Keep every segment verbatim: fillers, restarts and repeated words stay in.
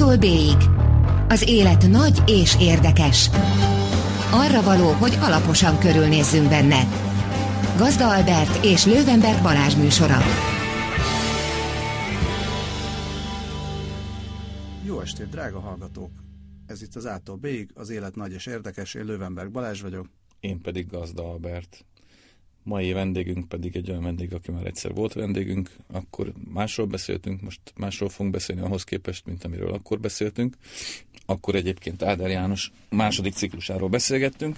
A-tól B-ig. Az élet nagy és érdekes. Arra való, hogy alaposan körülnézzünk benne. Gazda Albert és Lővenberg Balázs műsora. Jó estét, drága hallgatók! Ez itt az A-tól B-ig, az élet nagy és érdekes, én Lővenberg Balázs vagyok. Én pedig Gazda Albert. Mai vendégünk pedig egy olyan vendég, aki már egyszer volt vendégünk, akkor másról beszéltünk, most másról fogunk beszélni ahhoz képest, mint amiről akkor beszéltünk. Akkor egyébként Áder János második ciklusáról beszélgettünk.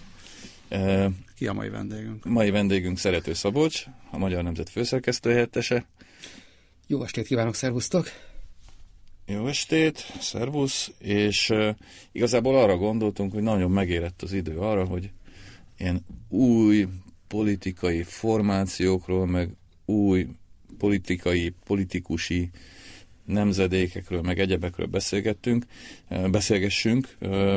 Ki a mai vendégünk? Mai vendégünk Szerető Szabolcs, a Magyar Nemzet főszerkesztőhelyettese. Jó estét kívánok, szervusztok! Jó estét, szervusz, és uh, igazából arra gondoltunk, hogy nagyon megérett az idő arra, hogy ilyen új politikai formációkról, meg új politikai, politikusi nemzedékekről, meg egyebekről beszélgettünk, uh, beszélgessünk. Uh,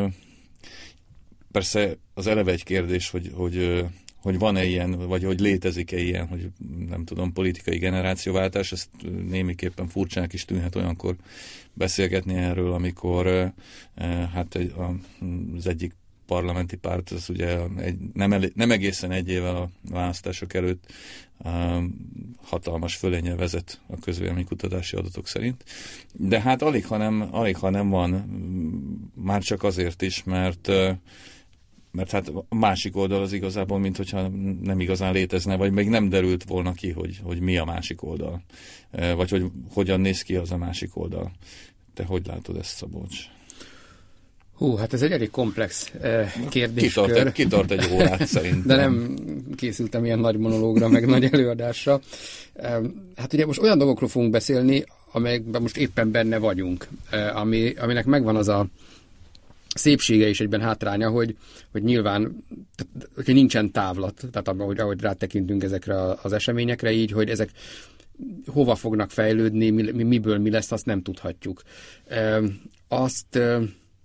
persze az eleve egy kérdés, hogy, hogy, uh, hogy van-e ilyen, vagy hogy létezik-e ilyen, hogy nem tudom, politikai generációváltás, ezt némiképpen furcsának is tűnhet olyankor beszélgetni erről, amikor uh, hát egy, az egyik parlamenti párt, az ugye egy, nem, elé, nem egészen egy évvel a választások előtt uh, hatalmas fölénnyel vezet a közvéleménykutatási adatok szerint. De hát alig, ha nem, alig, ha nem van, már csak azért is, mert uh, mert hát a másik oldal az igazából, mint hogyha nem igazán létezne, vagy még nem derült volna ki, hogy, hogy mi a másik oldal. Vagy hogy hogyan néz ki az a másik oldal. Te hogy látod ezt, Szabolcs? Hú, hát ez egy elég komplex eh, kérdéskör. Kitart, kitart egy órát szerintem. De nem készültem ilyen nagy monológra, meg nagy előadásra. Eh, hát ugye most olyan dolgokról fogunk beszélni, amelyekben most éppen benne vagyunk. Eh, ami, aminek megvan az a szépsége és egyben hátránya, hogy, hogy nyilván, hogy nincsen távlat, tehát ahogy, ahogy rátekintünk ezekre az eseményekre, így, hogy ezek hova fognak fejlődni, mi, miből mi lesz, azt nem tudhatjuk. E, azt, e,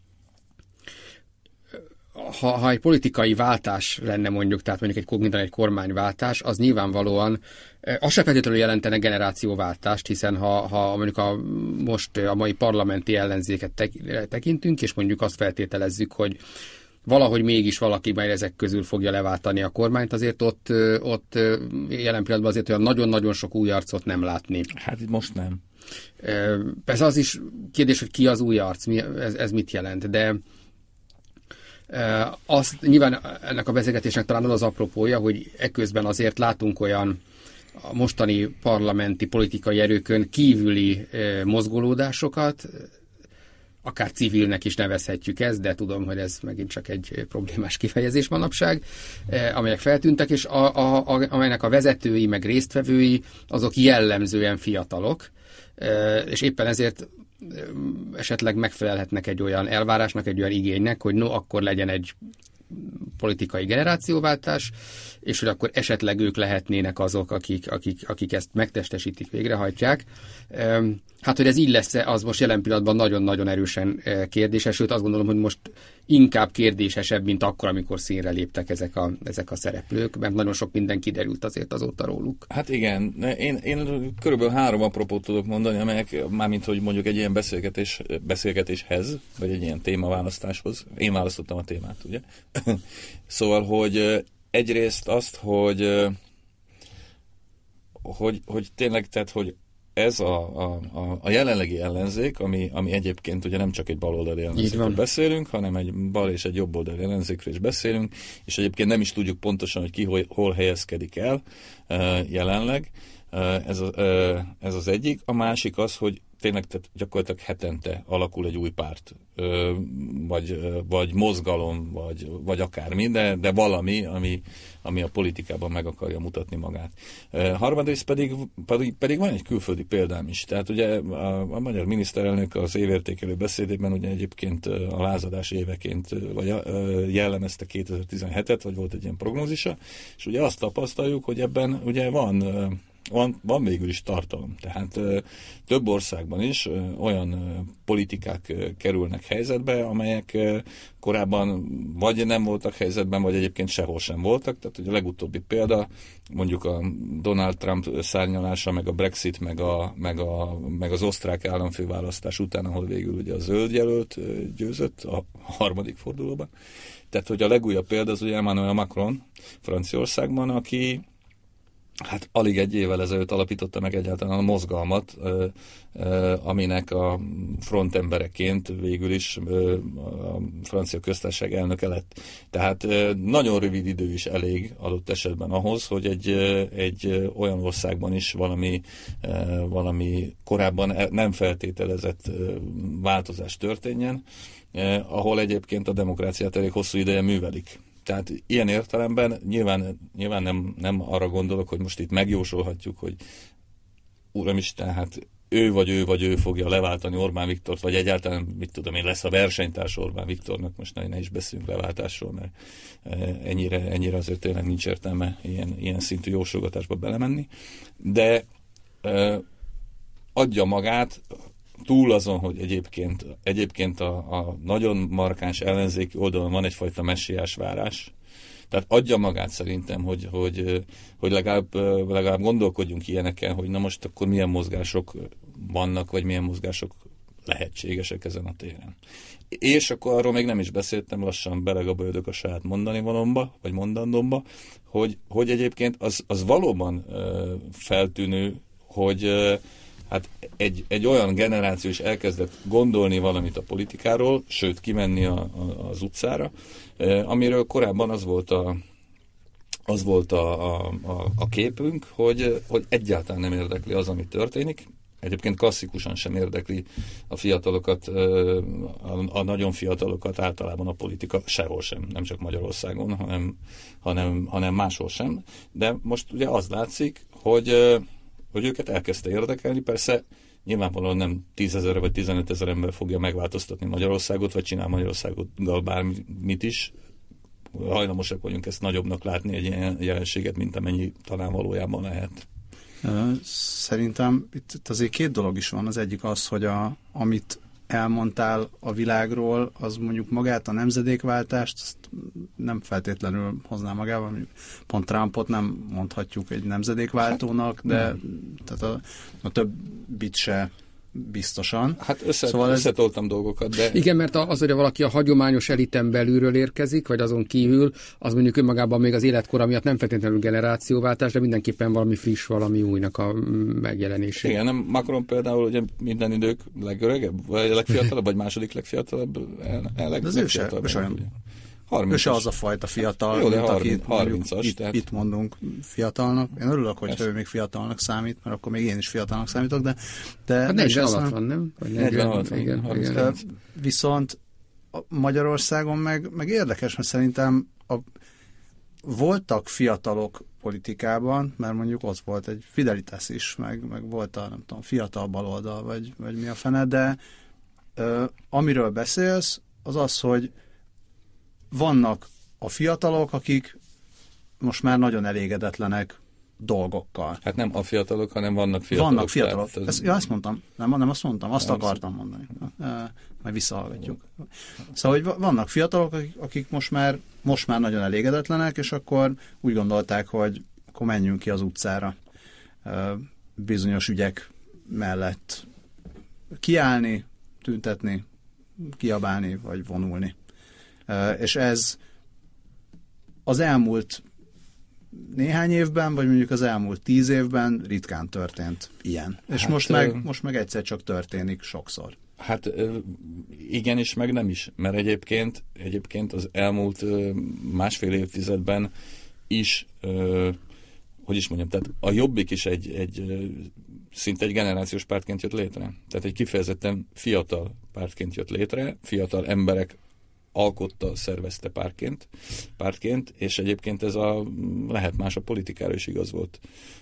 ha, ha egy politikai váltás lenne mondjuk, tehát mondjuk egy, minden egy kormányváltás, az nyilvánvalóan az se feltétlenül jelentene generációváltást, hiszen ha, ha mondjuk a, most a mai parlamenti ellenzéket tekintünk, és mondjuk azt feltételezzük, hogy valahogy mégis valaki majd ezek közül fogja leváltani a kormányt, azért ott, ott jelen pillanatban azért olyan nagyon-nagyon sok új arcot nem látni. Hát most nem. Persze az is kérdés, hogy ki az új arc, mi, ez, ez mit jelent, de azt nyilván ennek a beszélgetésnek talán az az apropója, hogy eközben azért látunk olyan a mostani parlamenti politikai erőkön kívüli e, mozgolódásokat, akár civilnek is nevezhetjük ezt, de tudom, hogy ez megint csak egy problémás kifejezés manapság, e, amelyek feltűntek, és a, a, a, amelynek a vezetői, meg résztvevői, azok jellemzően fiatalok, e, és éppen ezért esetleg megfelelhetnek egy olyan elvárásnak, egy olyan igénynek, hogy no, akkor legyen egy politikai generációváltás, és hogy akkor esetleg ők lehetnének azok, akik, akik, akik ezt megtestesítik, végrehajtják. Hát, hogy ez így lesz, az most jelen pillanatban nagyon-nagyon erősen kérdéses, sőt azt gondolom, hogy most inkább kérdésesebb, mint akkor, amikor színre léptek ezek a, ezek a szereplők, mert nagyon sok minden kiderült azért azóta róluk. Hát igen, én, én körülbelül három apropót tudok mondani, amelyek mármint, hogy mondjuk egy ilyen beszélgetés, beszélgetéshez, vagy egy ilyen témaválasztáshoz, én választottam a témát, ugye? Szóval, hogy egyrészt azt, hogy, hogy, hogy tényleg, tehát, hogy ez a, a, a jelenlegi ellenzék, ami, ami egyébként ugye nem csak egy baloldali ellenzékről beszélünk, hanem egy bal és egy jobboldali ellenzékről is beszélünk, és egyébként nem is tudjuk pontosan, hogy ki hol, hol helyezkedik el jelenleg. Ez, a, ez az egyik. A másik az, hogy tényleg tehát gyakorlatilag hetente alakul egy új párt, vagy, vagy mozgalom, vagy, vagy akármi, de, de valami, ami, ami a politikában meg akarja mutatni magát. Harmadrészt pedig, pedig, pedig van egy külföldi példám is. Tehát ugye a, a magyar miniszterelnök az évértékelő beszédében ugye egyébként a lázadás éveként vagy jellemezte kétezer-tizenhetet, vagy volt egy ilyen prognózisa, és ugye azt tapasztaljuk, hogy ebben ugye van van, van végül is tartalom. Tehát ö, több országban is ö, olyan ö, politikák ö, kerülnek helyzetbe, amelyek ö, korábban vagy nem voltak helyzetben, vagy egyébként sehol sem voltak. Tehát hogy a legutóbbi példa, mondjuk a Donald Trump szárnyalása, meg a Brexit, meg, a, meg, a, meg az osztrák államfőválasztás után, ahol végül ugye a zöld jelölt ö, győzött a harmadik fordulóban. Tehát, hogy a legújabb példa az ugye Emmanuel Macron Franciaországban, aki hát alig egy évvel ezelőtt alapította meg egyáltalán a mozgalmat, aminek a frontembereként végül is a francia köztársaság elnöke lett. Tehát nagyon rövid idő is elég adott esetben ahhoz, hogy egy, egy olyan országban is valami, valami korábban nem feltételezett változás történjen, ahol egyébként a demokráciát elég hosszú ideje művelik. Tehát ilyen értelemben nyilván, nyilván nem, nem arra gondolok, hogy most itt megjósolhatjuk, hogy uramisten, hát ő vagy ő vagy ő fogja leváltani Orbán Viktort, vagy egyáltalán, mit tudom én, lesz a versenytárs Orbán Viktornak, most ne, ne is beszélünk leváltásról, mert ennyire, ennyire azért tényleg nincs értelme ilyen, ilyen szintű jósolgatásba belemenni, de eh, adja magát, túl azon, hogy egyébként, egyébként a, a nagyon markáns ellenzéki oldalon van egyfajta messiás várás. Tehát adja magát szerintem, hogy, hogy, hogy legalább, legalább gondolkodjunk ilyeneken, hogy na most akkor milyen mozgások vannak, vagy milyen mozgások lehetségesek ezen a téren. És akkor arról még nem is beszéltem, lassan belegabajodok a saját mondani valomba, vagy mondandómba, hogy, hogy egyébként az, az valóban uh, feltűnő, hogy uh, hát egy, egy olyan generáció is elkezdett gondolni valamit a politikáról, sőt kimenni a, a, az utcára, amiről korábban az volt a, az volt a, a, a képünk, hogy, hogy egyáltalán nem érdekli az, ami történik. Egyébként klasszikusan sem érdekli a fiatalokat, a, a nagyon fiatalokat általában a politika sehol sem, nem csak Magyarországon, hanem, hanem, hanem máshol sem. De most ugye az látszik, hogy hogy őket elkezdte érdekelni, persze nyilvánvalóan nem tízezer vagy tizenötezer ember fogja megváltoztatni Magyarországot, vagy csinál Magyarországgal bármit is. Hajlamosak vagyunk ezt nagyobbnak látni egy ilyen jelenséget, mint amennyi talán valójában lehet. Szerintem itt azért két dolog is van. Az egyik az, hogy a, amit elmondtál a világról, az mondjuk magát a nemzedékváltást azt nem feltétlenül hozná magával, mondjuk pont Trumpot nem mondhatjuk egy nemzedékváltónak, de hát, tehát a, a többit se biztosan. Hát össze, szóval összetoltam ez... dolgokat, de... Igen, mert az, hogy valaki a hagyományos eliten belülről érkezik, vagy azon kívül, az mondjuk önmagában még az életkora miatt nem feltétlenül generációváltás, de mindenképpen valami friss, valami újnak a megjelenése. Igen, nem Macron például ugye minden idők legöregebb, vagy legfiatalabb, vagy második legfiatalabb, el, leg, de az legfiatalabb. Ő se az a fajta fiatal, jó, de mint harminc, akit harmincas, itt, tehát... itt mondunk fiatalnak. Én örülök, hogy ő még fiatalnak számít, mert akkor még én is fiatalnak számítok, de... de hát negyven alatt van, nem? negyven alatt van, igen, igen, igen. Viszont Magyarországon meg, meg érdekes, mert szerintem a, voltak fiatalok politikában, mert mondjuk ott volt egy Fidelitas is, meg, meg volt a, nem tudom, fiatal baloldal, vagy, vagy mi a fene, de ö, amiről beszélsz, az az, hogy vannak a fiatalok, akik most már nagyon elégedetlenek dolgokkal. Hát nem a fiatalok, hanem vannak fiatalok. Vannak fiatalok. Az... Ezt, ja, azt mondtam. Nem, nem azt mondtam. Azt nem akartam mondani. Majd visszahallgatjuk. Szóval, hogy vannak fiatalok, akik, akik most, már, most már nagyon elégedetlenek, és akkor úgy gondolták, hogy akkor menjünk ki az utcára bizonyos ügyek mellett kiállni, tüntetni, kiabálni, vagy vonulni. És ez az elmúlt néhány évben, vagy mondjuk az elmúlt tíz évben ritkán történt ilyen. Hát, és most meg, most meg egyszer csak történik sokszor. Hát igen is, meg nem is. Mert egyébként, egyébként az elmúlt másfél évtizedben is, hogy is mondjam, tehát a Jobbik is egy, egy szinte egy generációs pártként jött létre. Tehát egy kifejezetten fiatal pártként jött létre, fiatal emberek alkotta, szervezte pártként, pártként, és egyébként ez a, lehet más a politikára is igaz volt.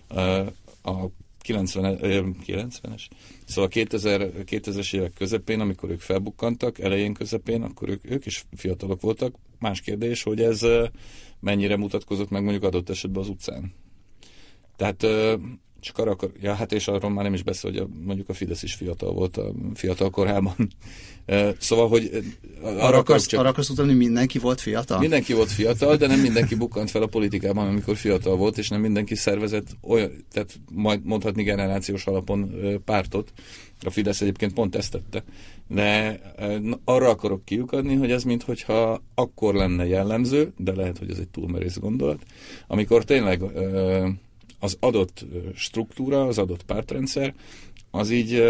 A kilencvenes, szóval a kétezer, kétezres évek közepén, amikor ők felbukkantak, elején közepén, akkor ők, ők is fiatalok voltak. Más kérdés, hogy ez mennyire mutatkozott meg mondjuk adott esetben az utcán. Tehát Csak arra akar, ja, hát és arról már nem is beszél, hogy a, mondjuk a Fidesz is fiatal volt a fiatal korában. Szóval, hogy arra, arra akarsz, csak... arra akarsz utalni, mindenki volt fiatal? Mindenki volt fiatal, de nem mindenki bukkant fel a politikában, amikor fiatal volt, és nem mindenki szervezett olyan, tehát majd mondhatni generációs alapon pártot. A Fidesz egyébként pont ezt tette. De arra akarok kiukadni, hogy ez minthogyha akkor lenne jellemző, de lehet, hogy ez egy túlmerész gondolat, amikor tényleg az adott struktúra, az adott pártrendszer, az így,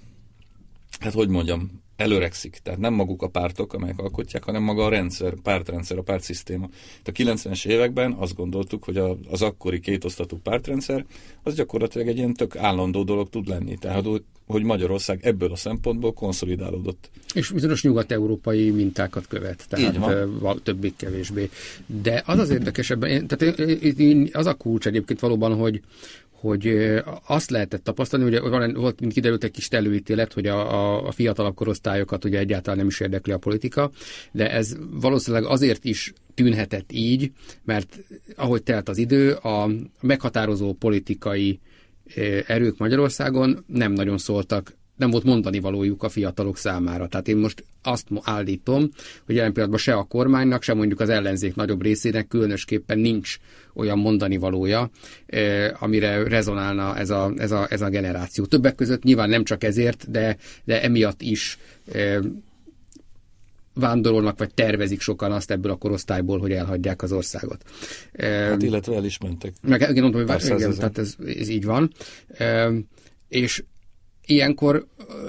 hát hogy mondjam, előregszik. Tehát nem maguk a pártok, amelyek alkotják, hanem maga a rendszer, pártrendszer, a pártszisztéma. A kilencvenes években azt gondoltuk, hogy a, az akkori kétosztatú pártrendszer az gyakorlatilag egy ilyen tök állandó dolog tud lenni. Tehát, hogy Magyarország ebből a szempontból konszolidálódott. És bizonyos nyugat-európai mintákat követ, tehát többé-kevésbé. De az az érdekesebben, tehát az a kulcs egyébként valóban, hogy hogy azt lehetett tapasztalni, hogy volt, mint kiderült, egy kis előítélet, hogy a, a, a fiatalabb korosztályokat ugye egyáltalán nem is érdekli a politika, de ez valószínűleg azért is tűnhetett így, mert ahogy telt az idő, a meghatározó politikai erők Magyarországon nem nagyon szóltak, nem volt mondani valójuk a fiatalok számára. Tehát én most azt állítom, hogy jelen pillanatban se a kormánynak, se mondjuk az ellenzék nagyobb részének különösképpen nincs olyan mondani valója, eh, amire rezonálna ez a, ez, a, ez a generáció. Többek között nyilván nem csak ezért, de, de emiatt is eh, vándorolnak, vagy tervezik sokan azt ebből a korosztályból, hogy elhagyják az országot. Hát illetve el is mentek. Meg, igen, mondom, hogy igen, tehát ez, ez így van. Eh, és ilyenkor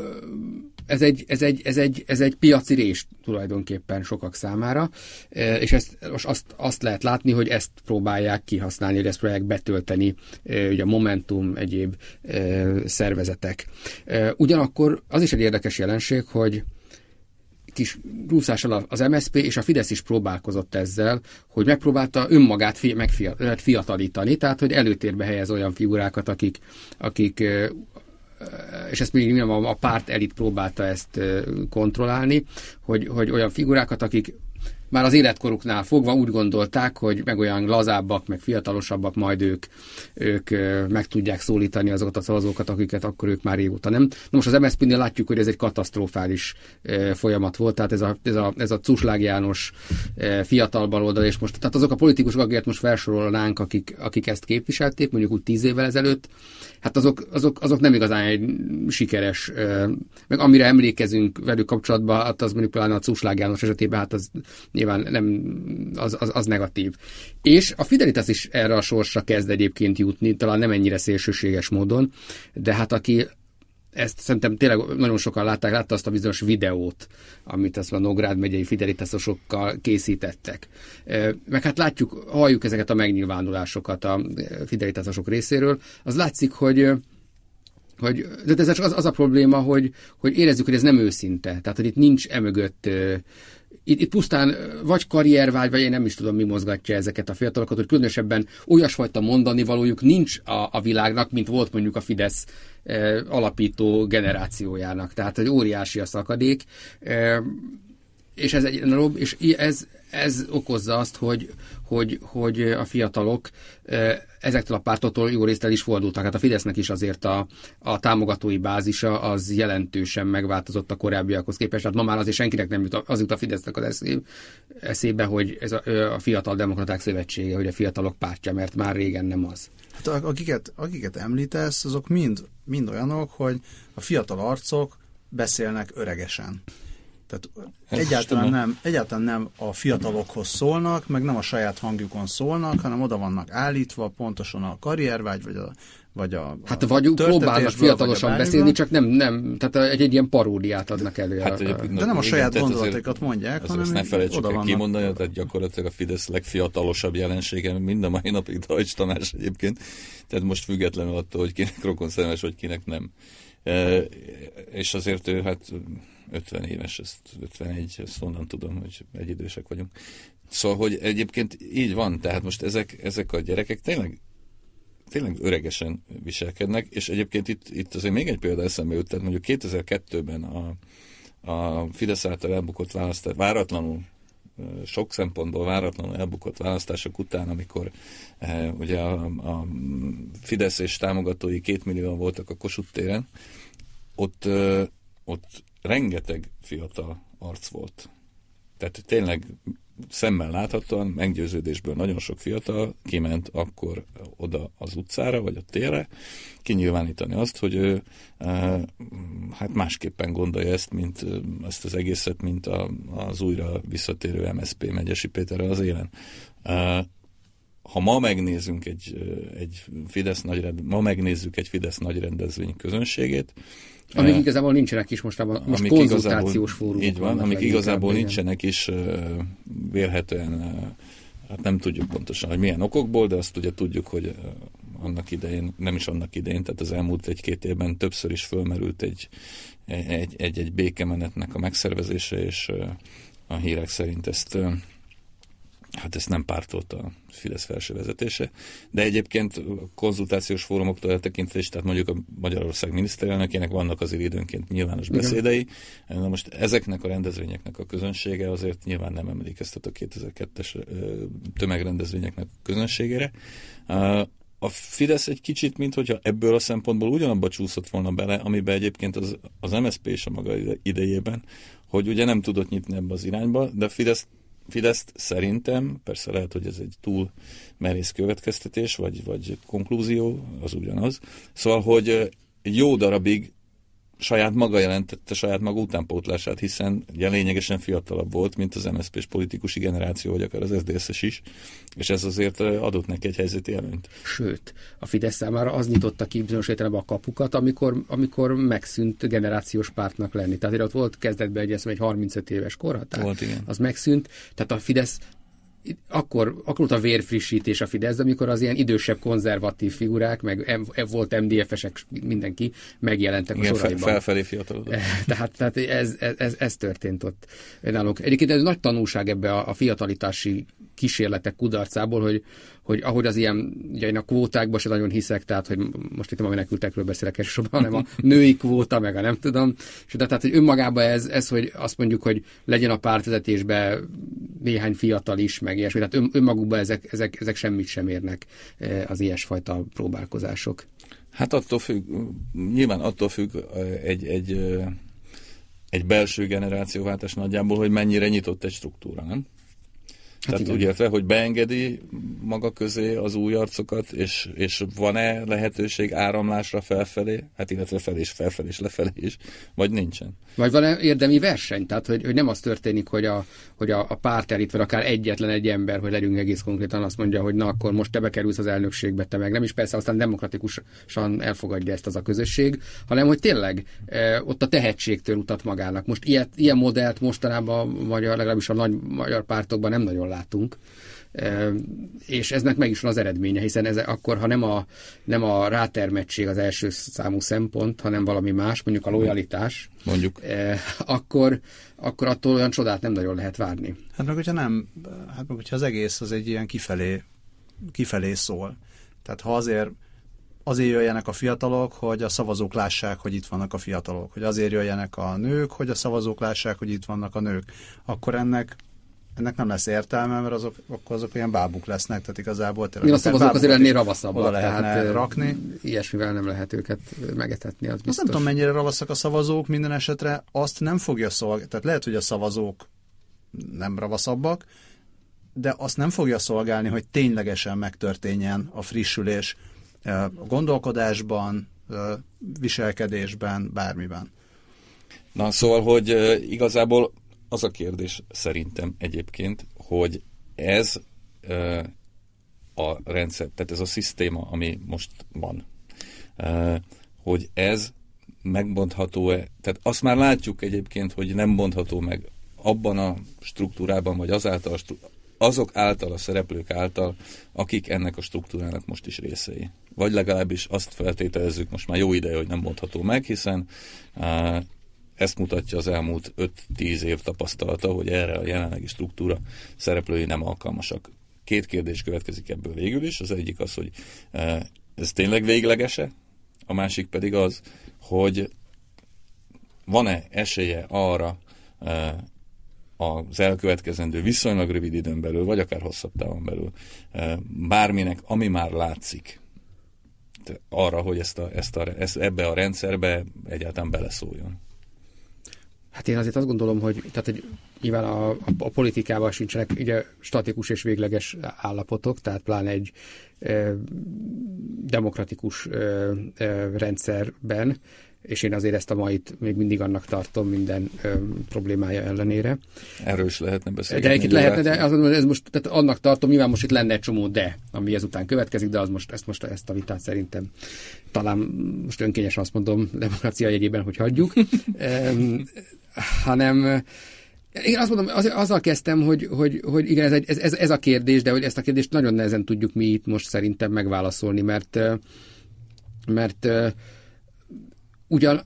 ez egy, ez, egy, ez, egy, ez egy piaci rés tulajdonképpen sokak számára, és ezt, most azt, azt lehet látni, hogy ezt próbálják kihasználni, hogy ezt próbálják betölteni ugye a Momentum, egyéb szervezetek. Ugyanakkor az is egy érdekes jelenség, hogy kis rúszással az em es zé pé és a Fidesz is próbálkozott ezzel, hogy megpróbálta önmagát fi, megfiatalítani, tehát hogy előtérbe helyez olyan figurákat, akik, akik és ezt még nem a, a párt elit próbálta ezt kontrollálni, hogy, hogy olyan figurákat, akik már az életkoruknál fogva úgy gondolták, hogy meg olyan lazábbak, meg fiatalosabbak, majd ők, ők meg tudják szólítani azokat a szavazókat, akiket akkor ők már régóta nem. Na most az em es zé pé-nél látjuk, hogy ez egy katasztrofális folyamat volt, tehát ez a, ez a, ez a Cuslág János fiatal baloldal, és most, tehát azok a politikusok, akiket most felsorolnánk, akik, akik ezt képviselték, mondjuk úgy tíz évvel ezelőtt, hát azok, azok, azok nem igazán egy sikeres, meg amire emlékezünk velük kapcsolatban, hát az mondjuk pláne a Cuslág János esetében, hát az nyilván nem, az, az, az negatív. És a Fidelitas is erre a sorsra kezd egyébként jutni, talán nem ennyire szélsőséges módon, de hát aki ezt szerintem tényleg nagyon sokan látták, látta azt a bizonyos videót, amit azt a Nógrád megyei fidelitasosokkal készítettek. Meg hát látjuk, halljuk ezeket a megnyilvánulásokat a fidelitasosok részéről, az látszik, hogy hogy, de ez az, az a probléma, hogy, hogy érezzük, hogy ez nem őszinte. Tehát, hogy itt nincs emögött Itt, itt pusztán vagy karriervágy, vagy én nem is tudom, mi mozgatja ezeket a fiatalokat, hogy különösebben olyasfajta mondani valójuk nincs a, a világnak, mint volt mondjuk a Fidesz e, alapító generációjának. Tehát egy óriási a szakadék, e, és ez egy és ez, ez okozza azt, hogy, hogy, hogy a fiatalok e, ezektől a pártoktól jó részt el is fordultak. Hát a Fidesznek is azért a, a támogatói bázisa az jelentősen megváltozott a korábbiakhoz képest. Tehát ma már azért senkinek nem jut, az jut a Fidesznek az eszébe, eszébe hogy ez a, a Fiatal Demokraták Szövetsége, hogy a fiatalok pártja, mert már régen nem az. Hát akiket, akiket említesz, azok mind, mind olyanok, hogy a fiatal arcok beszélnek öregesen. Tehát egyáltalán nem, egyáltalán nem a fiatalokhoz szólnak, meg nem a saját hangjukon szólnak, hanem oda vannak állítva pontosan a karriervágy, vagy a vagy a Hát vagy próbálnak fiatalosan beszélni, csak nem, nem, tehát egy, egy ilyen paródiát adnak elő. Hát, a, a, de nem a saját gondolatokat mondják, az, hanem ezt ne felejtsük el kimondani, a... tehát gyakorlatilag a Fidesz legfiatalosabb jelensége mind a mai napig Deutsch Tamás egyébként, tehát most függetlenül attól, hogy kinek rokonszenves, vagy kinek nem. E, és azért ő hát ötven éves, ezt ötvenegy, ezt honnan tudom, hogy egyidősek vagyunk. Szóval, hogy egyébként így van, tehát most ezek, ezek a gyerekek tényleg tényleg öregesen viselkednek, és egyébként itt, itt azért még egy példa eszembe jut, tehát mondjuk kétezer-kettőben a, a Fidesz által elbukott választás, váratlanul sok szempontból váratlanul elbukott választások után, amikor uh, ugye a, a Fidesz és támogatói két millióan voltak a Kossuth téren, ott, uh, ott rengeteg fiatal arc volt. Tehát tényleg szemmel láthatóan, meggyőződésből nagyon sok fiatal kiment akkor oda az utcára, vagy a térre, kinyilvánítani azt, hogy ő hát másképpen gondolja ezt, mint ezt az egészet, mint a, az újra visszatérő em es zé pé Megyesi Péterrel az élen. Ha ma megnézzünk egy, egy Fidesz nagy, ma megnézzük egy Fidesz nagy rendezvény közönségét, amik igazából nincsenek is mostában, most amik konzultációs fórumok. Így van, amik igazából nincsenek is vélhetően, hát nem tudjuk pontosan, hogy milyen okokból, de azt ugye tudjuk, hogy annak idején, nem is annak idején, tehát az elmúlt egy-két évben többször is fölmerült egy, egy, egy, egy békemenetnek a megszervezése, és a hírek szerint ezt hát ezt nem pártolta a Fidesz felső vezetése, de egyébként konzultációs fórumoktól eltekintve is, tehát mondjuk a Magyarország miniszterelnökének vannak azért időnként nyilvános beszédei. Na most ezeknek a rendezvényeknek a közönsége azért nyilván nem emlékeztet a kétezer-kettes tömegrendezvényeknek a közönségére. A Fidesz egy kicsit, minthogyha ebből a szempontból ugyanabba csúszott volna bele, amiben egyébként az, az em es zé pé is a maga idejében, hogy ugye nem tudott nyitni ebbe az irányba, de a Fidesz Fideszt szerintem, persze lehet, hogy ez egy túl merész következtetés, vagy, vagy konklúzió, az ugyanaz. Szóval, hogy egy jó darabig saját maga jelentette saját maga utánpótlását, hiszen ugye lényegesen fiatalabb volt, mint az em es zé pés politikusi generáció, vagy akár az es zé dé es-es is, és ez azért adott neki egy helyzeti előnyt. Sőt, a Fidesz számára az nyitotta ki bizonyos értelemben a kapukat, amikor, amikor megszűnt generációs pártnak lenni. Tehát ott volt kezdetben egy, egy harmincöt éves korhatár, volt, igen. Az megszűnt, tehát a Fidesz Akkor, akkor volt a vérfrissítés a Fidesz, amikor az ilyen idősebb konzervatív figurák, meg M, volt em dé ef-esek, mindenki megjelentek igen, a soraiban. Felfelé fiatalodott. Tehát, tehát ez, ez, ez történt ott nálunk. Egyébként ez nagy tanulság ebbe a, a fiatalitási kísérletek kudarcából, hogy, hogy ahogy az ilyen, ugye én a kvótákban se nagyon hiszek, tehát hogy most itt a menekültekről beszélek elsősorban, hanem a női kvóta, meg a nem tudom. És de, tehát, hogy önmagában ez, ez, hogy azt mondjuk, hogy legyen a pártvezetésben néhány fiatal is, meg ilyesmi. Tehát ön, önmagukban ezek, ezek, ezek semmit sem érnek az ilyesfajta próbálkozások. Hát attól függ, nyilván attól függ egy, egy, egy belső generációváltás nagyjából, hogy mennyire nyitott egy struktúra, nem? Hát tehát igen. Úgy értve, hogy beengedi maga közé az új arcokat, és, és van-e lehetőség áramlásra felfelé, hát illetve felé és felfelé és lefelé is, vagy nincsen. Vagy van-e érdemi verseny? Tehát, hogy, hogy nem az történik, hogy a, hogy a, a párt elit, vagy akár egyetlen egy ember, hogy legyünk egész konkrétan azt mondja, hogy na akkor most te bekerülsz az elnökségbe, te meg nem is persze aztán demokratikusan elfogadja ezt az a közösség, hanem hogy tényleg e, ott a tehetségtől utat magának. Most ilyet, ilyen modellt mostanában magyar, legalábbis a nagy magyar pártokban nem nagyon látunk. E, és eznek meg is van az eredménye, hiszen ez akkor, ha nem a, nem a rátermettség az első számú szempont, hanem valami más, mondjuk a lojalitás, mondjuk. E, akkor, akkor attól olyan csodát nem nagyon lehet várni. Hát meg hogyha nem, hát meg hogyha az egész az egy ilyen kifelé, kifelé szól. Tehát ha azért azért jöjjenek a fiatalok, hogy a szavazók lássák, hogy itt vannak a fiatalok, hogy azért jöjjenek a nők, hogy a szavazók lássák, hogy itt vannak a nők, akkor ennek ennek nem lesz értelme, mert azok, akkor azok olyan bábuk lesznek, tehát igazából tényleg. A szavazók azért ennél ravaszabbak, tehát rakni. Ilyesmivel nem lehet őket megetetni, az biztos. Azt nem tudom, mennyire ravaszak a szavazók, minden esetre azt nem fogja szolgálni, tehát lehet, hogy a szavazók nem ravaszabbak, de azt nem fogja szolgálni, hogy ténylegesen megtörténjen a frissülés a gondolkodásban, viselkedésben, bármiben. Na, szóval, hogy igazából az a kérdés szerintem egyébként, hogy ez uh, a rendszer, tehát ez a szisztéma, ami most van, uh, hogy ez megbontható-e, tehát azt már látjuk egyébként, hogy nem bontható meg abban a struktúrában, vagy azáltal a stru- azok által, a szereplők által, akik ennek a struktúrának most is részei. Vagy legalábbis azt feltételezzük most már jó ideje, hogy nem bontható meg, hiszen uh, ezt mutatja az elmúlt öt-tíz év tapasztalata, hogy erre a jelenlegi struktúra szereplői nem alkalmasak. Két kérdés következik ebből végül is. Az egyik az, hogy ez tényleg végleges-e? A másik pedig az, hogy van-e esélye arra az elkövetkezendő viszonylag rövid időn belül, vagy akár hosszabb távon belül bárminek, ami már látszik, arra, hogy ezt a, ezt a, ezt ebbe a rendszerbe egyáltalán beleszóljon. Hát én azért azt gondolom, hogy, tehát, hogy nyilván a, a, a politikában sincsenek ugye statikus és végleges állapotok, tehát pláne egy e, demokratikus e, e, rendszerben, és én azért ezt a mait még mindig annak tartom minden ö, problémája ellenére. Erről is lehetne beszélni. De itt lehetne, de azt mondom, ez most, tehát annak tartom, nyilván most itt lenne egy csomó de, ami ezután következik, de az most, ezt, most, ezt a vitát szerintem talán most önkényesen azt mondom, demokrácia jegyében, hogy hagyjuk. um, hanem én azt mondom, az, azzal kezdtem, hogy, hogy, hogy igen, ez, egy, ez, ez a kérdés, de hogy ezt a kérdést nagyon nehezen tudjuk mi itt most szerintem megválaszolni, mert mert ugyan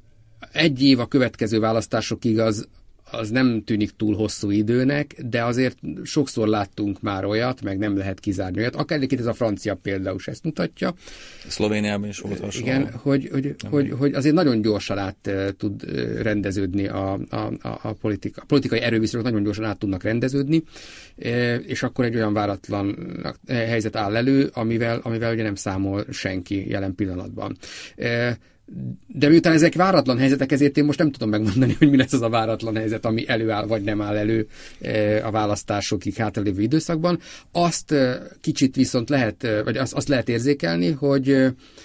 egy év a következő választásokig az, az nem tűnik túl hosszú időnek, de azért sokszor láttunk már olyat, meg nem lehet kizárni olyat. Akár egyébként ez a francia példa is ezt mutatja. Szlovéniában is volt hasonló. Igen, hogy, hogy, hogy, hogy azért nagyon gyorsan át uh, tud uh, rendeződni a, a, a, a, politika, a politikai erőviszonyok nagyon gyorsan át tudnak rendeződni, uh, és akkor egy olyan váratlan helyzet áll elő, amivel, amivel ugye nem számol senki jelen pillanatban. Uh, De miután ezek váratlan helyzetek, ezért én most nem tudom megmondani, hogy mi lesz az a váratlan helyzet, ami előáll, vagy nem áll elő a választásokig hátralévő időszakban. Azt kicsit viszont lehet, vagy azt, azt lehet érzékelni, hogy,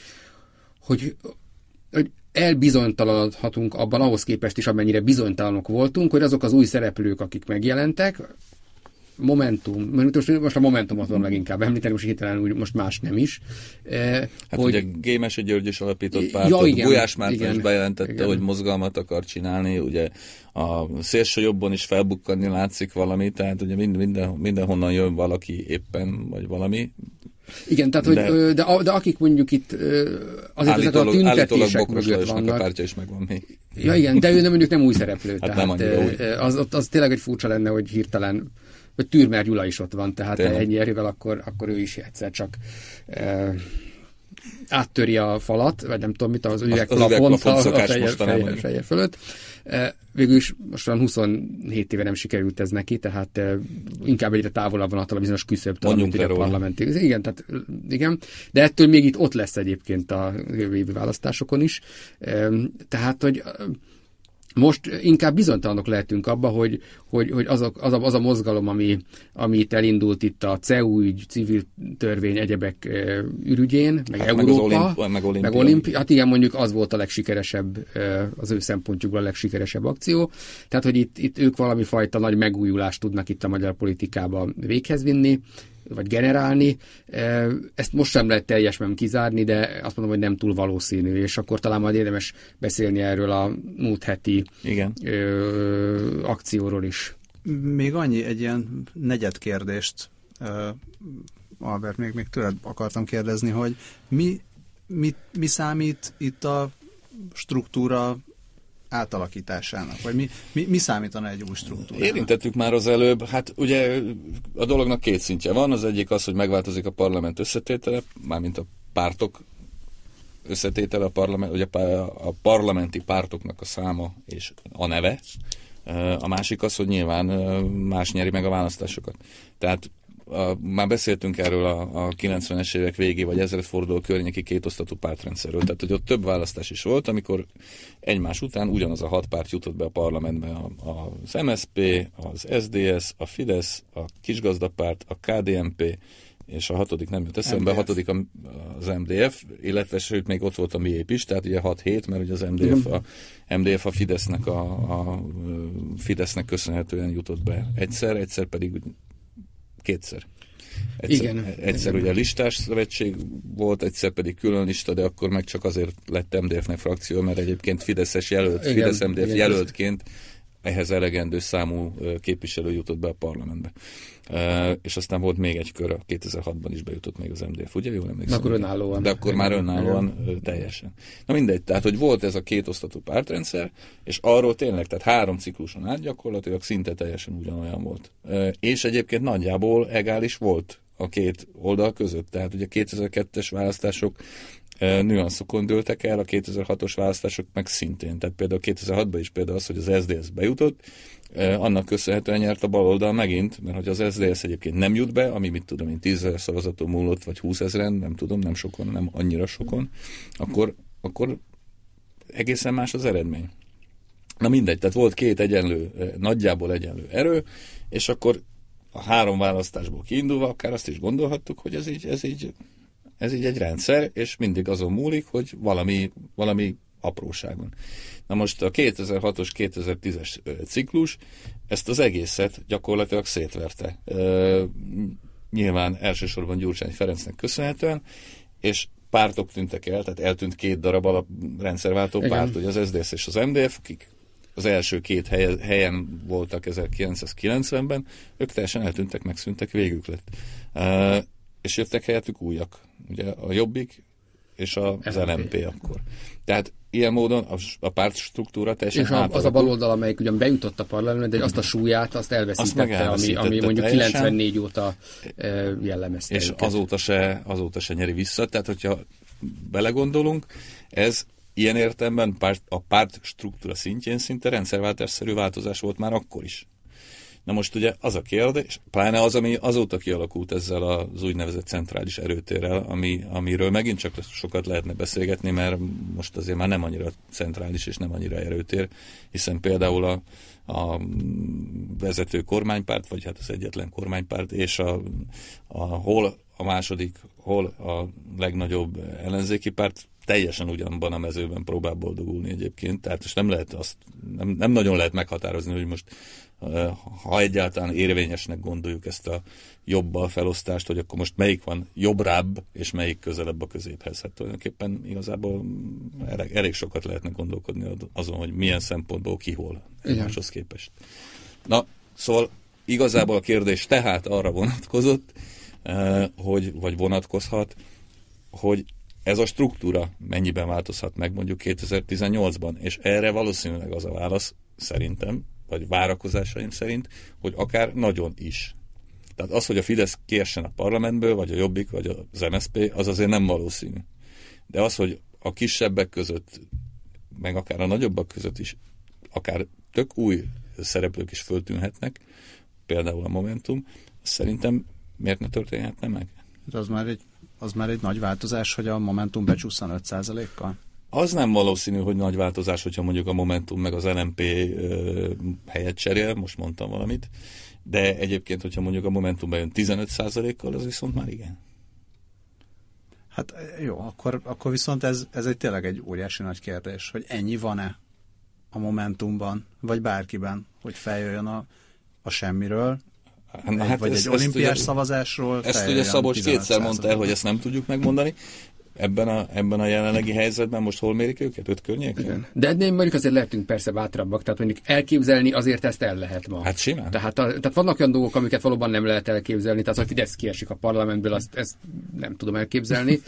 hogy, hogy elbizonytalanodhatunk abban ahhoz képest is, amennyire bizonytalanok voltunk, hogy azok az új szereplők, akik megjelentek, Momentum, most, most a Momentumot van leginkább említeni, most hirtelen úgy, most más nem is. Hát hogy, ugye Gémesi György is alapított pártot, ja, igen, Gulyás Márton is bejelentette, igen. hogy mozgalmat akar csinálni, ugye a szélső jobbon is felbukkanni látszik valami, tehát ugye minden, minden, mindenhonnan jön valaki éppen, vagy valami. Igen, tehát, de, hogy, de, de akik mondjuk itt azért ezek a tüntetések mögött vannak. A pártja is megvan még. Ja igen, de ő nem mondjuk nem új szereplő. Hát tehát nem az, az tényleg egy furcsa lenne, hogy hirtelen vagy Türmer Gyula is ott van, tehát tényleg. Ennyi erővel akkor, akkor ő is egyszer csak e, áttöri a falat, vagy nem tudom mit, az üvegplafont a, a feje, feje, feje fölött. E, végül is most olyan huszonhét éve nem sikerült ez neki, tehát e, inkább egyre távolabb van attól a bizonyos küszöbtől, amit ugye a parlamenti. Igen, tehát, igen, de ettől még itt ott lesz egyébként a jövő évi választásokon is. E, tehát, hogy most inkább bizonytalanok lehetünk abba, hogy, hogy, hogy az, a, az, a, az a mozgalom, ami, ami itt elindult itt a cé e u ügy, civil törvény, egyebek e, ürügyén, meg hát Európa, meg, olimp, meg, olimpia. meg olimpia. Hát igen, mondjuk az volt a legsikeresebb, e, az ő szempontjukból a legsikeresebb akció. Tehát, hogy itt, itt ők valami fajta nagy megújulást tudnak itt a magyar politikában véghez vinni, vagy generálni. Ezt most sem lehet teljesen kizárni, de azt mondom, hogy nem túl valószínű, és akkor talán majd érdemes beszélni erről a múlt heti Igen. Ö, akcióról is. Még annyi, egy ilyen negyed kérdést, Albert, még, még tőled akartam kérdezni, hogy mi, mi, mi számít itt a struktúra átalakításának? Vagy mi, mi, mi számítana egy új struktúrának? Érintettük már az előbb, hát ugye a dolognak két szintje van, az egyik az, hogy megváltozik a parlament összetétele, mármint a pártok összetétele, a, parlament, ugye a parlamenti pártoknak a száma és a neve. A másik az, hogy nyilván más nyeri meg a választásokat. Tehát A, már beszéltünk erről a, a kilencvenes évek végé, vagy ezredforduló környéki kétosztatú pártrendszerről. Tehát, hogy ott több választás is volt, amikor egymás után ugyanaz a hat párt jutott be a parlamentbe. A, a, az em es zé pé, az es zé dé es, a Fidesz, a Kisgazdapárt, a ká dé en pé, és a hatodik nem jut eszembe, a hatodik az em dé ef, illetve sőt még ott volt a miép is, tehát ugye hat hét, mert ugye az em dé ef a, em dé ef a Fidesznek, a, a Fidesznek köszönhetően jutott be egyszer, egyszer pedig kétszer. Egyszer, igen, egyszer igen. Ugye listás szövetség volt, egyszer pedig külön lista, de akkor meg csak azért lett em dé ef-nek frakció, mert egyébként Fideszes jelölt, igen, Fidesz em dé ef igen, jelöltként ehhez elegendő számú képviselő jutott be a parlamentbe. Uh, és aztán volt még egy kör, a kétezer-hatban is bejutott még az em dé ef, ugye? Jól emlékszem? Akkor önállóan. De akkor már önállóan igen. teljesen. Na mindegy, tehát, hogy volt ez a kétosztatú pártrendszer, és arról tényleg, tehát három cikluson át gyakorlatilag szinte teljesen ugyanolyan volt. Uh, és egyébként nagyjából egális volt a két oldal között. Tehát ugye kétezer-kettes választások nüanszokon dőltek el, a kétezer-hatos választások meg szintén. Tehát például kétezer-hatban is például az, hogy az es zé dé es bejutott, annak köszönhetően nyert a baloldal megint, mert hogy az es zé dé es egyébként nem jut be, ami mit tudom én, tízezer szavazaton múlott, vagy húszezren, nem tudom, nem sokon, nem annyira sokon, akkor, akkor egészen más az eredmény. Na mindegy, tehát volt két egyenlő, nagyjából egyenlő erő, és akkor a három választásból kiindulva akár azt is gondolhattuk, hogy ez így, ez így, ez így egy rendszer, és mindig azon múlik, hogy valami, valami apróságon. Na most a kétezer-hatos kétezer-tízes ciklus ezt az egészet gyakorlatilag szétverte. Ö, nyilván elsősorban Gyurcsány Ferencnek köszönhetően, és pártok tűntek el, tehát eltűnt két darab alap rendszerváltó párt, hogy az es zé dé es és az em dé ef, akik az első két helyen, helyen voltak ezerkilencszázkilencvenben, ők teljesen eltűntek, megszűntek, végük lett. Uh, és jöttek helyettük újak. Ugye a Jobbik és az el em pé akkor. Tehát ilyen módon a, a pártstruktúra teljesen és a, az a baloldal, amelyik ugyan bejutott a parlamentbe, de azt a súlyát, azt elveszítette, azt ami, ami mondjuk teljesen kilencvennégy óta e, jellemezte és őket. azóta se, azóta se nyeri vissza. Tehát, hogyha belegondolunk, ez ilyen értelemben párt, a párt struktúra szintjén szinte rendszerváltásszerű változás volt már akkor is. Na most ugye az a kérdés, pláne az, ami azóta kialakult ezzel az úgynevezett centrális erőtérrel, ami, amiről megint csak sokat lehetne beszélgetni, mert most azért már nem annyira centrális és nem annyira erőtér, hiszen például a, a vezető kormánypárt, vagy hát az egyetlen kormánypárt, és a, a, hol a második, hol a legnagyobb ellenzéki párt teljesen ugyanabban a mezőben próbál boldogulni egyébként, tehát most nem lehet azt, nem, nem nagyon lehet meghatározni, hogy most ha egyáltalán érvényesnek gondoljuk ezt a jobbal felosztást, hogy akkor most melyik van jobbrább, és melyik közelebb a középhez. Hát tulajdonképpen igazából elég, elég sokat lehetne gondolkodni azon, hogy milyen szempontból ki hol egymáshoz képest. Na, szóval igazából a kérdés tehát arra vonatkozott, hogy, vagy vonatkozhat, hogy ez a struktúra mennyiben változhat meg mondjuk kétezer-tizennyolcban, és erre valószínűleg az a válasz szerintem, vagy várakozásaim szerint, hogy akár nagyon is. Tehát az, hogy a Fidesz kiessen a parlamentből, vagy a Jobbik, vagy az em es zé pé, az azért nem valószínű. De az, hogy a kisebbek között, meg akár a nagyobbak között is, akár tök új szereplők is föltűnhetnek, például a Momentum, szerintem miért ne történhetne meg? Az már egy, az már egy nagy változás, hogy a Momentum becsúszan öt százalékkal? Az nem valószínű, hogy nagy változás, hogyha mondjuk a Momentum meg az el em pé ö, helyet cserél, most mondtam valamit, de egyébként, hogyha mondjuk a Momentum bejön tizenöt százalékkal, az viszont már igen. Hát jó, akkor, akkor viszont ez, ez egy tényleg egy óriási nagy kérdés, hogy ennyi van-e a Momentumban, vagy bárkiben, hogy feljöjjön a, a semmiről, Na, hát vagy ezt, egy olimpiás ezt szavazásról. Ezt ugye Szabolcs kétszer mondta el, hogy ezt nem tudjuk megmondani. Ebben a, ebben a jelenlegi helyzetben most hol mérik őket? Öt környéken? De ennél mondjuk azért lehetünk persze bátrabbak, tehát mondjuk elképzelni azért ezt el lehet ma. Hát simán. Tehát, a, tehát vannak olyan dolgok, amiket valóban nem lehet elképzelni, tehát az, hogy Fidesz kiesik a parlamentből, azt, ezt nem tudom elképzelni.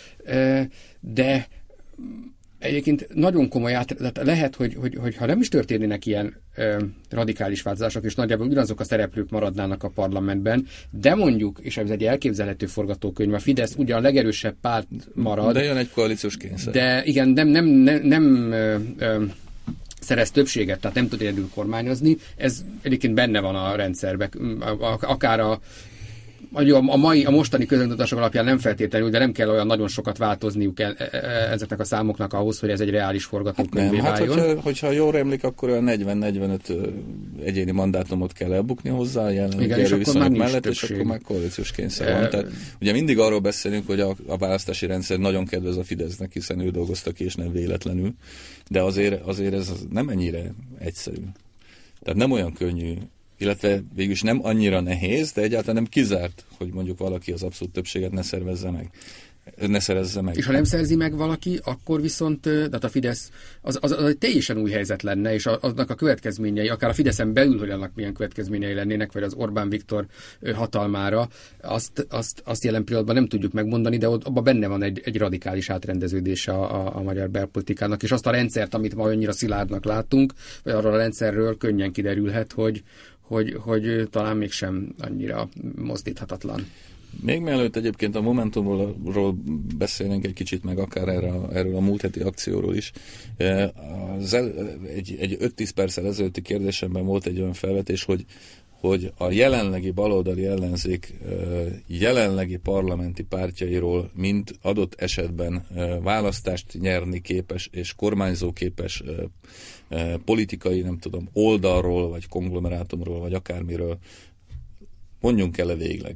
De egyébként nagyon komoly át, tehát lehet, hogy, hogy, hogy ha nem is történnének ilyen ö, radikális változások, és nagyjából ugyanazok a szereplők maradnának a parlamentben, de mondjuk, és ez egy elképzelhető forgatókönyv, a Fidesz ugyan a legerősebb párt marad. De jön egy koalíciós kényszer. De igen, nem, nem, nem, nem ö, ö, szerez többséget, tehát nem tud egyedül kormányozni. Ez egyébként benne van a rendszerben, akár a A, mai, a mostani közöntudatások alapján nem feltétlenül, de nem kell olyan nagyon sokat változniuk e, e, ezeknek a számoknak ahhoz, hogy ez egy reális forgatókönyvé hát váljon. Hát, hogyha, hogyha jól emlik, akkor olyan negyven-negyvenöt egyéni mandátumot kell elbukni hozzá a jelenlegi erőviszonyok mellett, többség. És akkor már koalíciós kényszer e... van. Tehát, ugye mindig arról beszélünk, hogy a, a választási rendszer nagyon kedvez a Fidesznek, hiszen ő dolgozta ki, és nem véletlenül, de azért, azért ez nem ennyire egyszerű. Tehát nem olyan könnyű, illetve végülis nem annyira nehéz, de egyáltalán nem kizárt, hogy mondjuk valaki az abszolút többséget ne szervezze meg. Ne szerezze meg. És ha nem szerzi meg valaki, akkor viszont tehát a Fidesz, az, az, az egy teljesen új helyzet lenne, és aznak a következményei, akár a Fideszen belül, hogy annak milyen következményei lennének, vagy az Orbán Viktor hatalmára, azt, azt, azt jelen pillanatban nem tudjuk megmondani, de ott, abban benne van egy, egy radikális átrendeződése a, a, a magyar belpolitikának, és azt a rendszert, amit ma annyira szilárdnak látunk, vagy arról a rendszerről könnyen kiderülhet, hogy Hogy, hogy talán mégsem annyira mozdíthatatlan. Még mielőtt egyébként a Momentumról beszélnénk egy kicsit, meg akár erre, erről a múlt heti akcióról is, az el, egy, egy öt-tíz perccel ezelőtti kérdésemben volt egy olyan felvetés, hogy, hogy a jelenlegi baloldali ellenzék jelenlegi parlamenti pártjairól, mint adott esetben választást nyerni képes és kormányzó képes politikai, nem tudom, oldalról, vagy konglomerátumról, vagy akármiről mondjunk el-e végleg?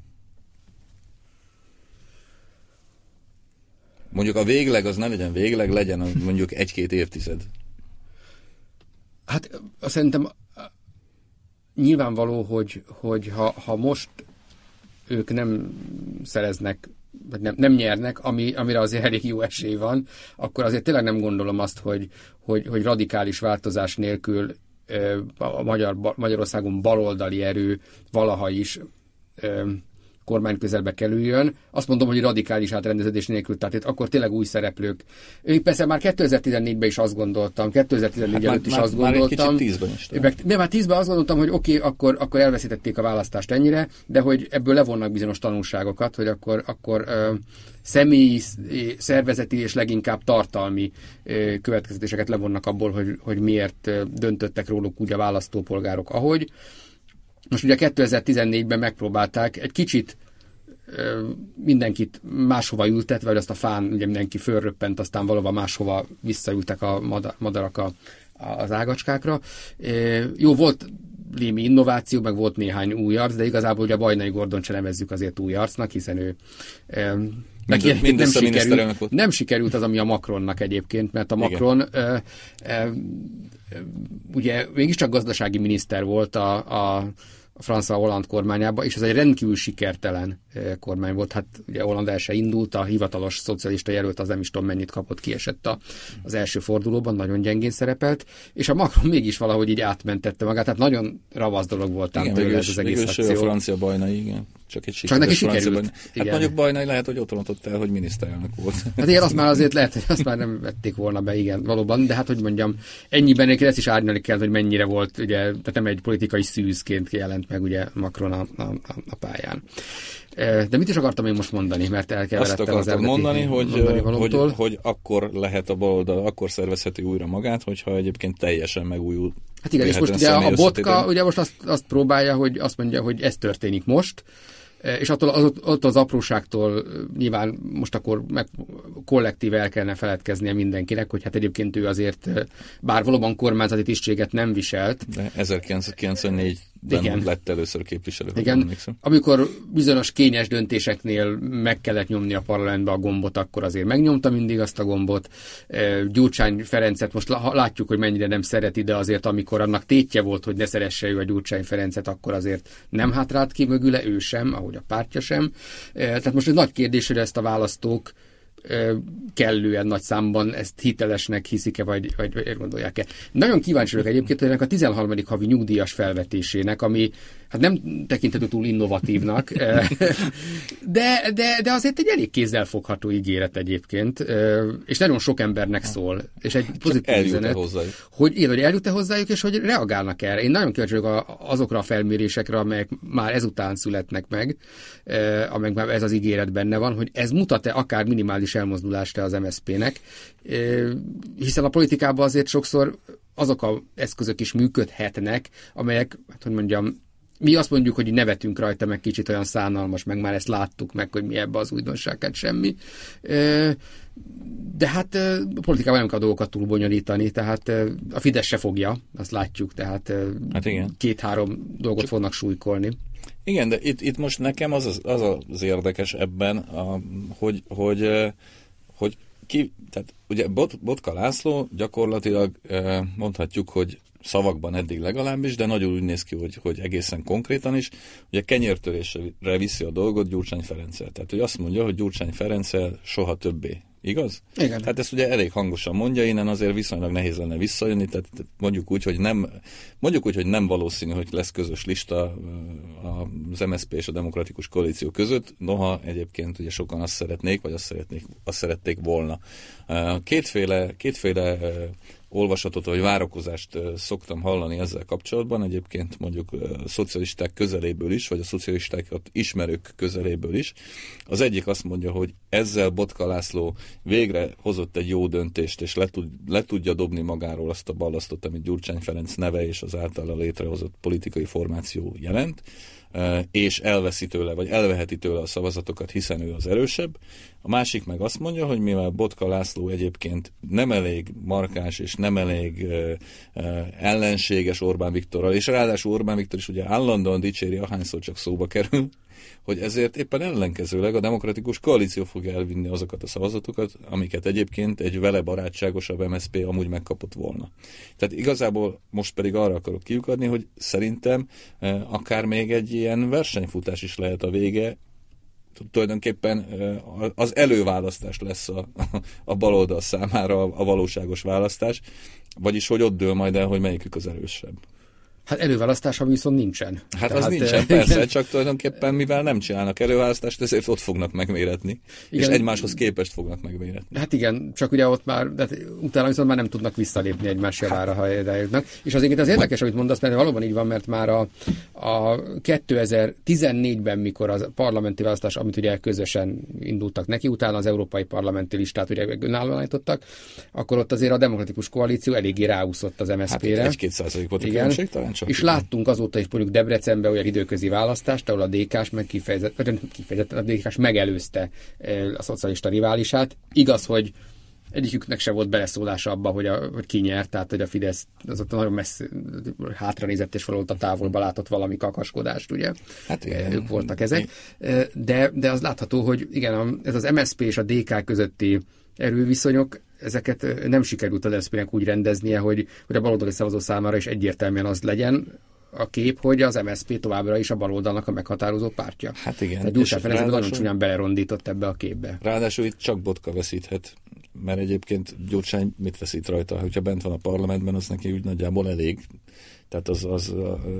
Mondjuk a végleg az ne legyen végleg, legyen mondjuk egy-két évtized. Hát szerintem nyilvánvaló, hogy, hogy ha, ha most ők nem szereznek, vagy nem, nem nyernek, ami, amire azért elég jó esély van, akkor azért tényleg nem gondolom azt, hogy, hogy, hogy radikális változás nélkül a Magyar, Magyarországon baloldali erő valaha is kormány közelbe kerüljön. Azt mondom, hogy radikális átrendeződés nélkül, tehát itt akkor tényleg új szereplők. Én persze már kétezer-tizennégyben is azt gondoltam, kétezer-tizennégy hát előtt is már, azt már gondoltam. Már egy kicsit tízben is. Meg, de már tízben azt gondoltam, hogy oké, okay, akkor, akkor elveszítették a választást ennyire, de hogy ebből levonnak bizonyos tanulságokat, hogy akkor, akkor ö, személyi, szervezeti és leginkább tartalmi ö, következtetéseket levonnak abból, hogy, hogy miért döntöttek róluk úgy a választópolgárok, ahogy. Most ugye kétezer-tizennégyben megpróbálták egy kicsit ö, mindenkit máshova ültetve, vagy azt a fán ugye mindenki fölröppent, aztán valóban máshova visszaültek a madarak a, az ágacskákra. É, jó, volt némi innováció, meg volt néhány új arc, de igazából ugye a Bajnai Gordont se nevezzük azért új arcnak, hiszen ő ö, neki Mind, nem, sikerült, nem sikerült az, ami a Macronnak egyébként, mert a Macron ö, ö, ugye mégiscsak gazdasági miniszter volt a, a a François Hollande kormányában, és ez egy rendkívül sikertelen kormány volt. Hát ugye Hollande el se indult, a hivatalos szocialista jelölt az nem is tudom mennyit kapott, kiesett a, az első fordulóban, nagyon gyengén szerepelt, és a Macron mégis valahogy így átmentette magát, tehát nagyon ravasz dolog volt ám tőle ez az egész akció. A francia Bajnai, igen. Csak egy Csak neki sikerült. Hát igen. Mondjuk Bajnai lehet, hogy ott rontott el, hogy miniszterelnök volt. Hát igen, azt már azért lehet, hogy azt már nem vették volna be, igen, valóban, de hát, hogy mondjam, ennyiben ezt is árnyalni kell, hogy mennyire volt, ugye, tehát nem egy politikai szűzként jelent meg ugye Macron a, a, a pályán. De mit is akartam én most mondani, mert elkeveredtem az eredeti mondani, hogy, mondani hogy, hogy akkor lehet a baloldal, akkor szervezheti újra magát, hogyha egyébként teljesen megújul. Hát igen, és most ugye a Botka ugye most azt, azt próbálja, hogy azt mondja, hogy ez történik most, és attól az, ott az apróságtól nyilván most akkor meg kollektíve el kellene feledkeznie mindenkinek, hogy hát egyébként ő azért, bár valóban kormányzati tisztséget nem viselt. De ezerkilencszázkilencvennégyben igen. lett először képviselő. Igen, amikor bizonyos kényes döntéseknél meg kellett nyomni a parlamentbe a gombot, akkor azért megnyomta mindig azt a gombot. Gyurcsány Ferencet most látjuk, hogy mennyire nem szereti, de azért amikor annak tétje volt, hogy ne szeresse ő a Gyurcsány Ferencet, akkor azért nem hátrált ki mögüle, ő sem, ahogy a pártja sem. Tehát most egy nagy kérdés, hogy ezt a választók kellően nagy számban ezt hitelesnek hiszik-e, vagy, vagy, vagy gondolják-e. Nagyon kíváncsi vagyok egyébként, hogy ennek a tizenharmadik havi nyugdíjas felvetésének, ami hát nem tekinthető túl innovatívnak, de, de, de azért egy elég kézzelfogható ígéret egyébként, és nagyon sok embernek szól, és egy pozitív üzenet, hogy, én, hogy eljut-e hozzájuk, és hogy reagálnak erre. Én nagyon kíváncsi vagyok azokra a felmérésekre, amelyek már ezután születnek meg, amelyek már ez az ígéret benne van, hogy ez mutat-e akár minimális elmozdulást az em es zé pének, hiszen a politikában azért sokszor azok az eszközök is működhetnek, amelyek, hát hogy mondjam, mi azt mondjuk, hogy nevetünk rajta, meg kicsit olyan szánalmas, meg már ezt láttuk meg, hogy mi ebbe az újdonság, hát semmi. De hát a politikában nem kell a dolgokat túl bonyolítani, tehát a Fidesz se fogja, azt látjuk, tehát hát két-három dolgot Csak... fognak súlykolni. Igen, de itt, itt most nekem az az, az, az érdekes ebben, a, hogy, hogy, hogy ki, tehát ugye Bot, Botka László gyakorlatilag mondhatjuk, hogy szavakban eddig legalábbis, de nagyon úgy néz ki, hogy, hogy egészen konkrétan is, ugye kenyértörésre viszi a dolgot Gyurcsány Ferenccel. Tehát, hogy azt mondja, hogy Gyurcsány Ferenccel soha többé. Igaz? Igen. Tehát ezt ugye elég hangosan mondja, innen azért viszonylag nehéz lenne visszajönni, tehát mondjuk úgy, hogy nem, mondjuk úgy, hogy nem valószínű, hogy lesz közös lista az em es zé pé és a Demokratikus Koalíció között, noha egyébként ugye sokan azt szeretnék, vagy azt szeretnék, azt szerették volna. Kétféle, kétféle olvasatot vagy várakozást szoktam hallani ezzel kapcsolatban, egyébként mondjuk a szocialisták közeléből is, vagy a szocialistákat ismerők közeléből is. Az egyik azt mondja, hogy ezzel Botka László végre hozott egy jó döntést, és le, tud, le tudja dobni magáról azt a ballasztot, amit Gyurcsány Ferenc neve és az általa létrehozott politikai formáció jelent, és elveszi tőle, vagy elveheti tőle a szavazatokat, hiszen ő az erősebb. A másik meg azt mondja, hogy mivel Botka László egyébként nem elég markáns, és nem elég uh, uh, ellenséges Orbán Viktorral, és ráadásul Orbán Viktor is ugye állandóan dicséri, ahányszor csak szóba kerül, hogy ezért éppen ellenkezőleg a demokratikus koalíció fogja elvinni azokat a szavazatokat, amiket egyébként egy vele barátságosabb em es zé pé amúgy megkapott volna. Tehát igazából most pedig arra akarok kiukadni, hogy szerintem uh, akár még egy ilyen versenyfutás is lehet a vége, tulajdonképpen az előválasztás lesz a, a baloldal számára a valóságos választás, vagyis hogy ott dől majd el, hogy melyikük az erősebb. Hát előválasztás, ami viszont nincsen. Hát Tehát, az nincsen, persze, igen. Csak tulajdonképpen mivel nem csinálnak előválasztást, ezért ott fognak megméretni, igen. És egymáshoz képest fognak megméretni. Hát igen, csak ugye ott már, de utána viszont már nem tudnak visszalépni egymás javára, ha eljutnak. És azért az érdekes, amit mondasz, mert valóban így van, mert már a, a kétezer-tizennégyben, mikor a parlamenti választás, amit ugye közösen indultak neki, utána az európai parlamenti listát ugye önállóan állítottak, akkor ott azért a demokratikus koalíció eléggé ráúszott az em es zé pére. Hát egy-két százalék volt a különbség talán. Csak és láttunk azóta is mondjuk Debrecenben olyan időközi választást, ahol a dé ká-s meg kifejezetten, kifejezetten a dé ká-s megelőzte a szocialista riválisát. Igaz, hogy egyiküknek se volt beleszólása abba, hogy, a, hogy ki nyert, tehát hogy a Fidesz az ott nagyon messze hátra nézett, és valahol a távolba látott valami kakaskodást, ugye? Hát igen. Ők voltak ezek. De, de az látható, hogy igen, ez az em es zé pé és a dé ká közötti erőviszonyok, ezeket nem sikerült az em es zé pének úgy rendeznie, hogy, hogy a baloldali szavazó számára is egyértelműen az legyen a kép, hogy az em es zé pé továbbra is a baloldalnak a meghatározó pártja. Hát igen. Tehát Gyurcsány Ferenc nagyon csúnyán belerondított ebbe a képbe. Ráadásul itt csak Botka veszíthet, mert egyébként Gyurcsány mit veszít rajta? Hogyha bent van a parlamentben, az neki úgy nagyjából elég. Tehát az, az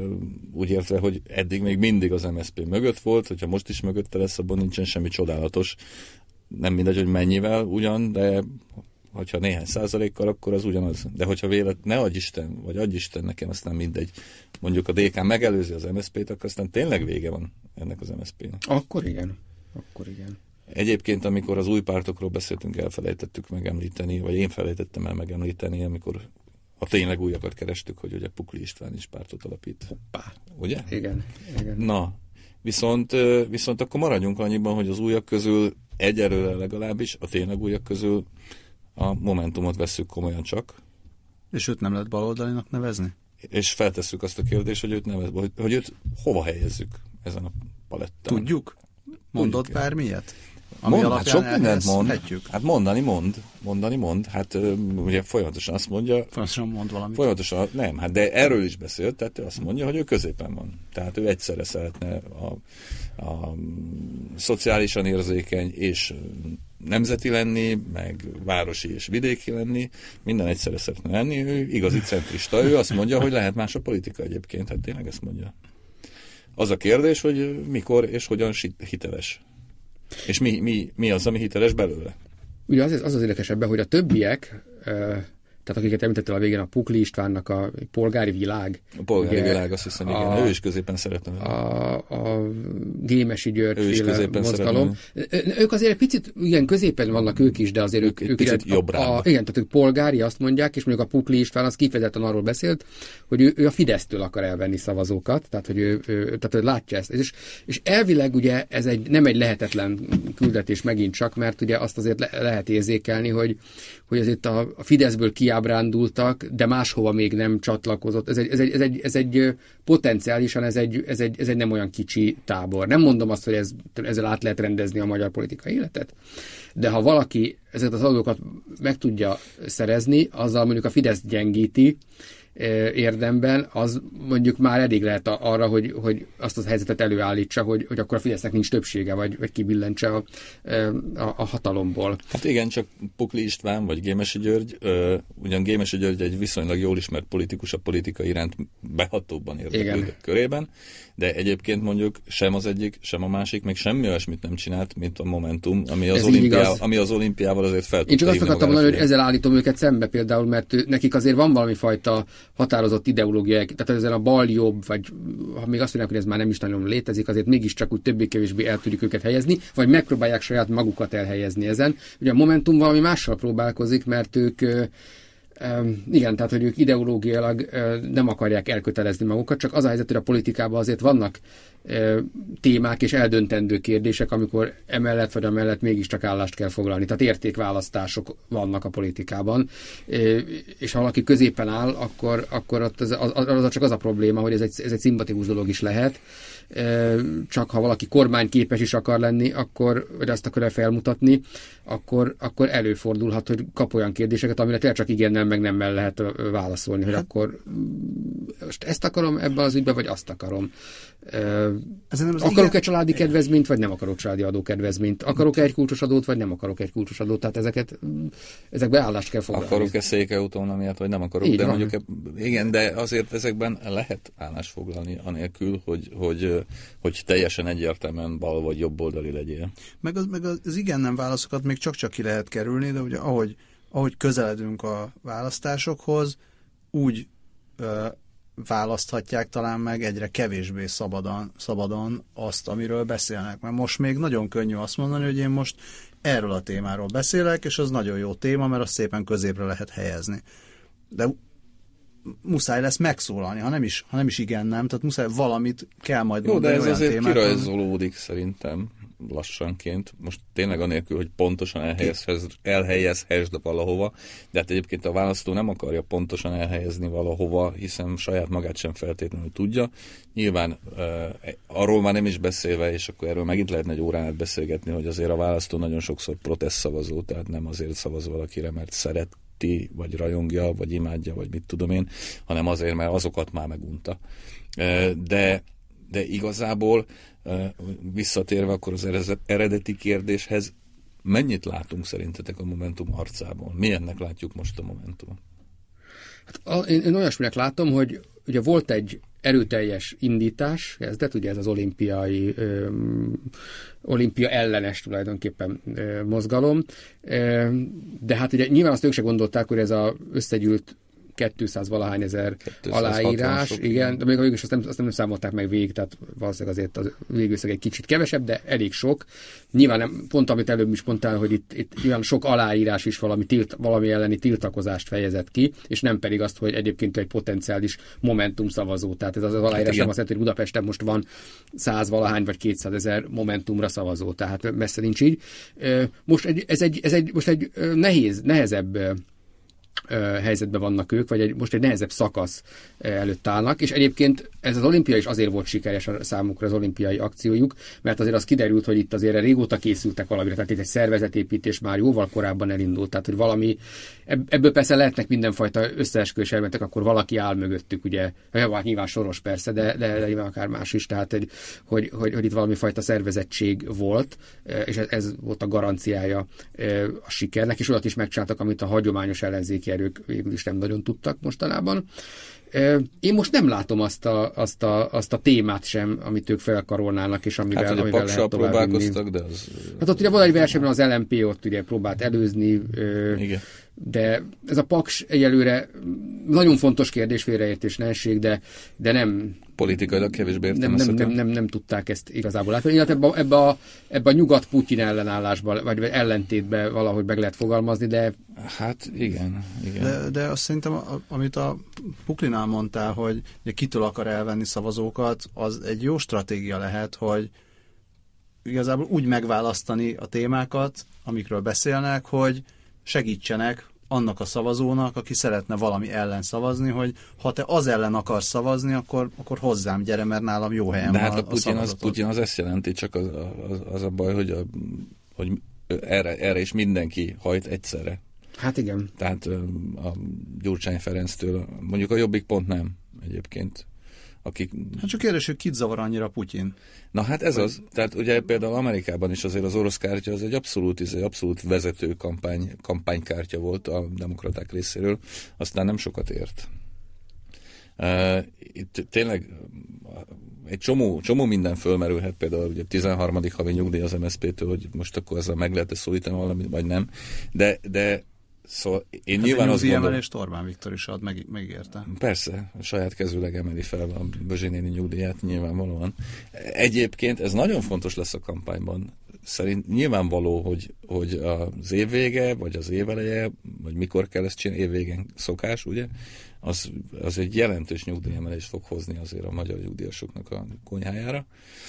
úgy értve, hogy eddig még mindig az em es zé pé mögött volt, hogyha most is mögötte lesz, abban nincsen semmi csodálatos. Nem mindegy, hogy mennyivel ugyan, de hogyha néhány százalékkal, akkor az ugyanaz. De hogyha vélet, ne adj Isten, vagy adj Isten nekem, aztán mindegy. Mondjuk a dé ká megelőzi az em es zé pét, akkor aztán tényleg vége van ennek az em es zé pének. Akkor igen. Akkor igen. Egyébként, amikor az új pártokról beszéltünk, elfelejtettük megemlíteni, vagy én felejtettem el megemlíteni, amikor a tényleg újakat kerestük, hogy ugye Pukli István is pártot alapít. Hoppá. Ugye? Igen. igen. Na, viszont, viszont akkor maradjunk annyiban, hogy az újak közül egyelőre legalábbis, a tényleg újak közül a Momentumot vesszük komolyan csak. És őt nem lehet baloldalinak nevezni? És feltesszük azt a kérdést, hogy őt, nevez, hogy, hogy őt hova helyezzük ezen a palettán. Tudjuk? Mondott Tudjuk. Bármilyet? Ami Mond, hát sok mindent mond. Hát mondani mond. Mondani mond. Hát ugye folyamatosan azt mondja. Folyamatosan mond valamit. Folyamatosan, nem, hát de erről is beszélt, tehát ő azt mondja, hogy ő középen van. Tehát ő egyszerre szeretne a, a szociálisan érzékeny és nemzeti lenni, meg városi és vidéki lenni, minden egyszerre szeretne lenni, ő igazi centrista, ő azt mondja, hogy lehet más a politika egyébként, hát tényleg ezt mondja. Az a kérdés, hogy mikor és hogyan hiteles. És mi, mi, mi az, ami hiteles belőle? Ugye az az, az érdekesebben, hogy a többiek, tehát akiket említettél a végén, a Pukli Istvánnak a polgári világ. A polgári ugye, világ, azt hiszem, igen. A, ő is középen szeretne. A, a Gémesi György mozgalom. Szeretne. Ők azért picit, igen, középen vannak ők is, de azért ők... ők picit jobb a, a, Igen, tehát ők polgári, azt mondják, és mondjuk a Pukli István az kifejezetten arról beszélt, hogy ő, ő a Fidesztől akar elvenni szavazókat, tehát hogy ő, ő, tehát, hogy látja ezt. És, és elvileg ugye ez egy, nem egy lehetetlen küldetés megint csak, mert ugye azt azért le, lehet érzékelni, hogy, hogy azért a, a Fideszből kiábrándultak, de máshova még nem csatlakozott. Ez egy, ez egy, ez egy, ez egy potenciálisan ez egy, ez, egy, ez egy nem olyan kicsi tábor. Nem mondom azt, hogy ez, ezzel át lehet rendezni a magyar politikai életet, de ha valaki ezeket az adókat meg tudja szerezni, azzal mondjuk a Fidesz gyengíti, érdemben, az mondjuk már elég lehet arra, hogy, hogy azt az helyzetet előállítsa, hogy, hogy akkor a Fidesznek nincs többsége, vagy, vagy kibillentse a, a, a hatalomból. Hát igen, csak Pukli István, vagy Gémesi György, uh, ugyan Gémesi György egy viszonylag jól ismert politikus a politika iránt behatóbban érdeklődők körében, de egyébként mondjuk sem az egyik, sem a másik, még semmi olyasmit nem csinált, mint a Momentum, ami az, olimpiá, ami az olimpiával azért fel tudta. Én csak azt akartam mondani, hogy ezzel állítom őket szembe például, mert nekik azért van valami fajta határozott ideológiák, tehát ezen a bal-jobb, vagy ha még azt mondják, hogy ez már nem is nagyon létezik, azért mégiscsak úgy többé-kevésbé el tudjuk őket helyezni, vagy megpróbálják saját magukat elhelyezni ezen. Ugye a Momentum valami mással próbálkozik, mert ők igen, tehát, hogy ők ideológiailag nem akarják elkötelezni magukat, csak az a helyzet, hogy a politikában azért vannak témák és eldöntendő kérdések, amikor emellett vagy amellett mégiscsak állást kell foglalni. Tehát értékválasztások vannak a politikában, és ha valaki középen áll, akkor, akkor ott az, az, az csak az a probléma, hogy ez egy, ez egy szimpatikus dolog is lehet, csak ha valaki kormányképes is akar lenni, akkor, vagy azt akarja felmutatni, akkor, akkor előfordulhat, hogy kap olyan kérdéseket, amire tényleg csak igennel, meg nemmel lehet válaszolni, hogy hát, akkor most ezt akarom ebben az ügyben, vagy azt akarom. Akarok-e családi kedvezményt, vagy nem akarok családi adókedvezményt? Akarok-e egy kulcsos adót, vagy nem akarok egy kulcsos adót? Tehát ezeket, ezekbe állást kell foglalni. Akarok-e székelyautonómiát, vagy nem akarok? Így de van. mondjuk, igen, de azért ezekben lehet állást foglalni, anélkül, hogy, hogy, hogy teljesen egyértelműen bal vagy jobb oldali legyél. Meg az, meg az igen nem válaszokat még csak-csak ki lehet kerülni, de ugye ahogy, ahogy közeledünk a választásokhoz, úgy ö, választhatják talán meg egyre kevésbé szabadon, szabadon azt, amiről beszélnek. Mert most még nagyon könnyű azt mondani, hogy én most erről a témáról beszélek, és az nagyon jó téma, mert azt szépen középre lehet helyezni. De muszáj lesz megszólalni, ha nem is, ha nem is igen, nem. Tehát muszáj valamit kell majd jó, mondani. Jó, de ez azért témákon. kirajzolódik szerintem lassanként. Most tényleg anélkül, hogy pontosan elhelyezhez, elhelyezhessd valahova, de hát egyébként a választó nem akarja pontosan elhelyezni valahova, hiszen saját magát sem feltétlenül tudja. Nyilván uh, arról már nem is beszélve, és akkor erről megint lehetne egy órán át beszélgetni, hogy azért a választó nagyon sokszor protest szavazó, tehát nem azért szavaz valakire, mert szeret, vagy rajongja, vagy imádja, vagy mit tudom én, hanem azért, mert azokat már megunta. De, de igazából visszatérve akkor az eredeti kérdéshez, mennyit látunk szerintetek a Momentum arcában? Milyennek látjuk most a Momentumot? Hát, én, én olyasminek látom, hogy ugye volt egy erőteljes indítás, kezdett, ugye ez az olimpiai ö, olimpia ellenes tulajdonképpen ö, mozgalom, ö, de hát ugye nyilván azt ők se gondolták, hogy ez az összegyűlt kétszáz valahány ezer aláírás, igen, de még végül is azt nem, azt nem számolták meg végig, tehát valószínűleg azért a végőszeg egy kicsit kevesebb, de elég sok. Nyilván nem, pont amit előbb is mondtál, hogy itt, itt nyilván sok aláírás is valami, tilt, valami elleni tiltakozást fejezett ki, és nem pedig azt, hogy egyébként egy potenciális Momentum szavazó. Tehát ez az, az aláírás nem azt jelenti, hogy Budapesten most van száz valahány vagy kétszázezer Momentumra szavazó, tehát messze nincs így. Most egy, ez egy, ez egy, most egy nehéz, nehezebb helyzetben vannak ők, vagy egy, most egy nehezebb szakasz előtt állnak, és egyébként ez az olimpia is azért volt sikeres a számukra, az olimpiai akciójuk, mert azért az kiderült, hogy itt azért régóta készültek valamire, tehát itt egy szervezetépítés már jóval korábban elindult, tehát hogy valami, ebből persze lehetnek mindenfajta összeesküvés elméletek, akkor valaki áll mögöttük, ugye, hát nyilván Soros persze, de, de, de nyilván akár más is, tehát hogy, hogy, hogy, hogy itt valami fajta szervezettség volt, és ez, ez volt a garanciája a sikernek, és olyat is megcsináltak, amit a hagyományos ellenzéki erők végül is nem nagyon tudtak mostanában. Én most nem látom azt a, azt a, azt a témát sem, amit ők felkarolnának, és amivel, hát, amivel lehet próbálkoztak, de az... Hát ott ugye van egy versenyben az el em pé ott ugye próbált előzni, igen. De ez a Paks egyelőre nagyon fontos kérdés, félreértés, nehesség, de, de nem... Politikailag kevésbé nem, nem, nem, nem, nem tudták ezt igazából látni. Illetve ebbe, ebbe, a, ebbe a nyugat-Putyin ellenállásba, vagy ellentétbe valahogy meg lehet fogalmazni, de... Hát igen, igen. De, de azt szerintem, amit a Puklinál mondtál, hogy kitől akar elvenni szavazókat, az egy jó stratégia lehet, hogy igazából úgy megválasztani a témákat, amikről beszélnek, hogy segítsenek annak a szavazónak, aki szeretne valami ellen szavazni, hogy ha te az ellen akarsz szavazni, akkor, akkor hozzám gyere, mert nálam jó helyen de van hát a Putyin, a az, Putyin az ezt jelenti, csak az, az, az a baj, hogy, a, hogy erre, erre is mindenki hajt egyszerre. Hát igen. Tehát a Gyurcsány Ferenctől, mondjuk a Jobbik pont nem egyébként. Akik... Hát csak kérdés, hogy kit zavar annyira Putyin. Na hát ez az. Tehát ugye például Amerikában is azért az orosz kártya az egy abszolút, ez egy abszolút vezető kampány, kampánykártya volt a demokraták részéről, aztán nem sokat ért. Uh, itt tényleg egy csomó, csomó minden fölmerülhet, például ugye tizenharmadik havi nyugdíj az em es zé pé-től, hogy most akkor ezzel meg lehet-e szólítani valamit, vagy nem. De, de szóval én hát nyilván azt gondolom... Hát Orbán Viktor is ad, meg, megérte. Persze, a saját kezűleg emeli fel a Bözsi néni nyugdíját nyilvánvalóan. Egyébként ez nagyon fontos lesz a kampányban. Szerint nyilvánvaló, hogy, hogy az év vége, vagy az év eleje, vagy mikor kell ezt csinálni, évvégén szokás, ugye? Az, az egy jelentős nyugdíjemelést fog hozni azért a magyar nyugdíjasoknak a konyhájára.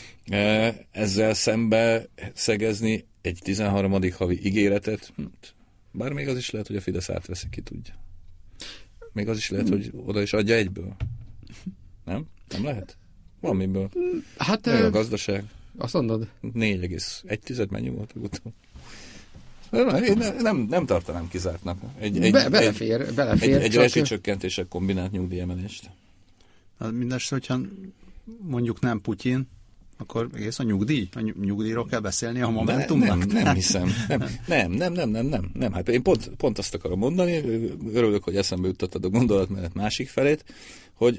Ezzel szembe szegezni egy tizenharmadik havi ígéretet, bár még az is lehet, hogy a Fidesz átveszi, ki tudja. Még az is lehet, hogy oda is adja egyből. Nem? Nem lehet? Van miből. Hát a gazdaság. Azt mondod? négy egész egy mennyi volt utóbb. Én nem, nem tartanám kizártnak. Egy, egy, Be, belefér, egy, belefér. Egy, egy rezsicsökkentések kombinált nyugdíjemelést. Hát mindesetre, hogyha mondjuk nem Putyin, akkor egész a nyugdíj? A nyugdíjról kell beszélni a Momentumnak? Nem, nem hiszem. Nem, nem, nem, nem, nem, nem, nem. Hát én pont, pont azt akarom mondani, örülök, hogy eszembe juttattad a gondolatmenet másik felét, hogy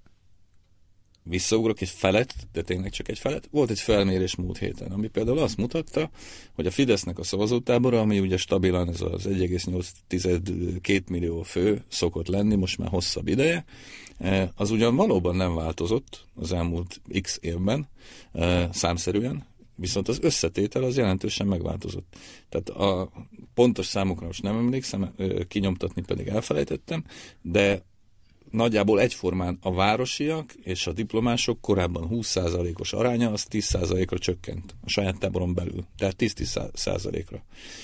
visszaugrok egy felet, de tényleg csak egy felet. Volt egy felmérés múlt héten, ami például azt mutatta, hogy a Fidesznek a szavazótábora, ami ugye stabilan ez az egy egész nyolc két millió fő szokott lenni, most már hosszabb ideje, az ugyan valóban nem változott az elmúlt x évben számszerűen, viszont az összetétel az jelentősen megváltozott. Tehát a pontos számokra most nem emlékszem, kinyomtatni pedig elfelejtettem, de nagyjából egyformán a városiak és a diplomások korábban húsz százalékos aránya, az tíz százalékra csökkent a saját táboron belül. Tehát tíz-tíz százalékra.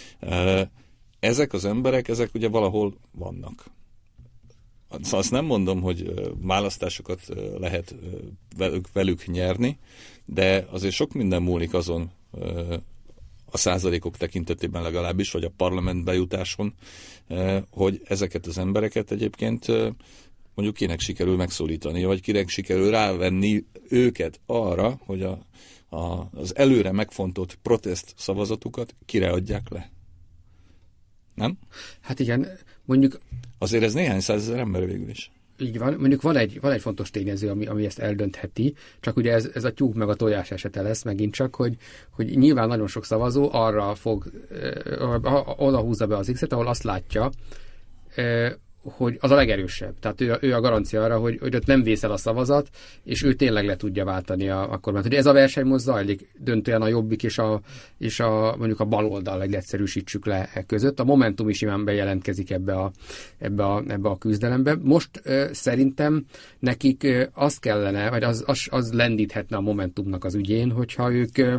Ezek az emberek, ezek ugye valahol vannak. Azt nem mondom, hogy választásokat lehet velük, velük nyerni, de azért sok minden múlik azon a százalékok tekintetében legalábbis, vagy a parlament bejutáson, hogy ezeket az embereket egyébként mondjuk kinek sikerül megszólítani, vagy kinek sikerül rávenni őket arra, hogy a, a, az előre megfontolt protest szavazatukat kire adják le. Nem? Hát igen, mondjuk... Azért ez néhány százezer ember végül is. Így van, mondjuk van egy, van egy fontos tényező, ami, ami ezt eldöntheti, csak ugye ez, ez a tyúk meg a tojás esete lesz megint csak, hogy, hogy nyilván nagyon sok szavazó arra fog, eh, oda húzza be az X-et, ahol azt látja, eh, hogy az a legerősebb. Tehát ő a, ő a garancia arra, hogy, hogy ott nem vészel a szavazat, és ő tényleg le tudja váltani a, a kormányt. Ugye ez a verseny most zajlik döntően a Jobbik és a, és a mondjuk a baloldal, egyszerűsítsük le e között. A Momentum is imán bejelentkezik ebbe a, ebbe a, ebbe a küzdelembe. Most ö, szerintem nekik ö, az kellene, vagy az, az, az lendíthetne a Momentumnak az ügyén, hogyha ők ö,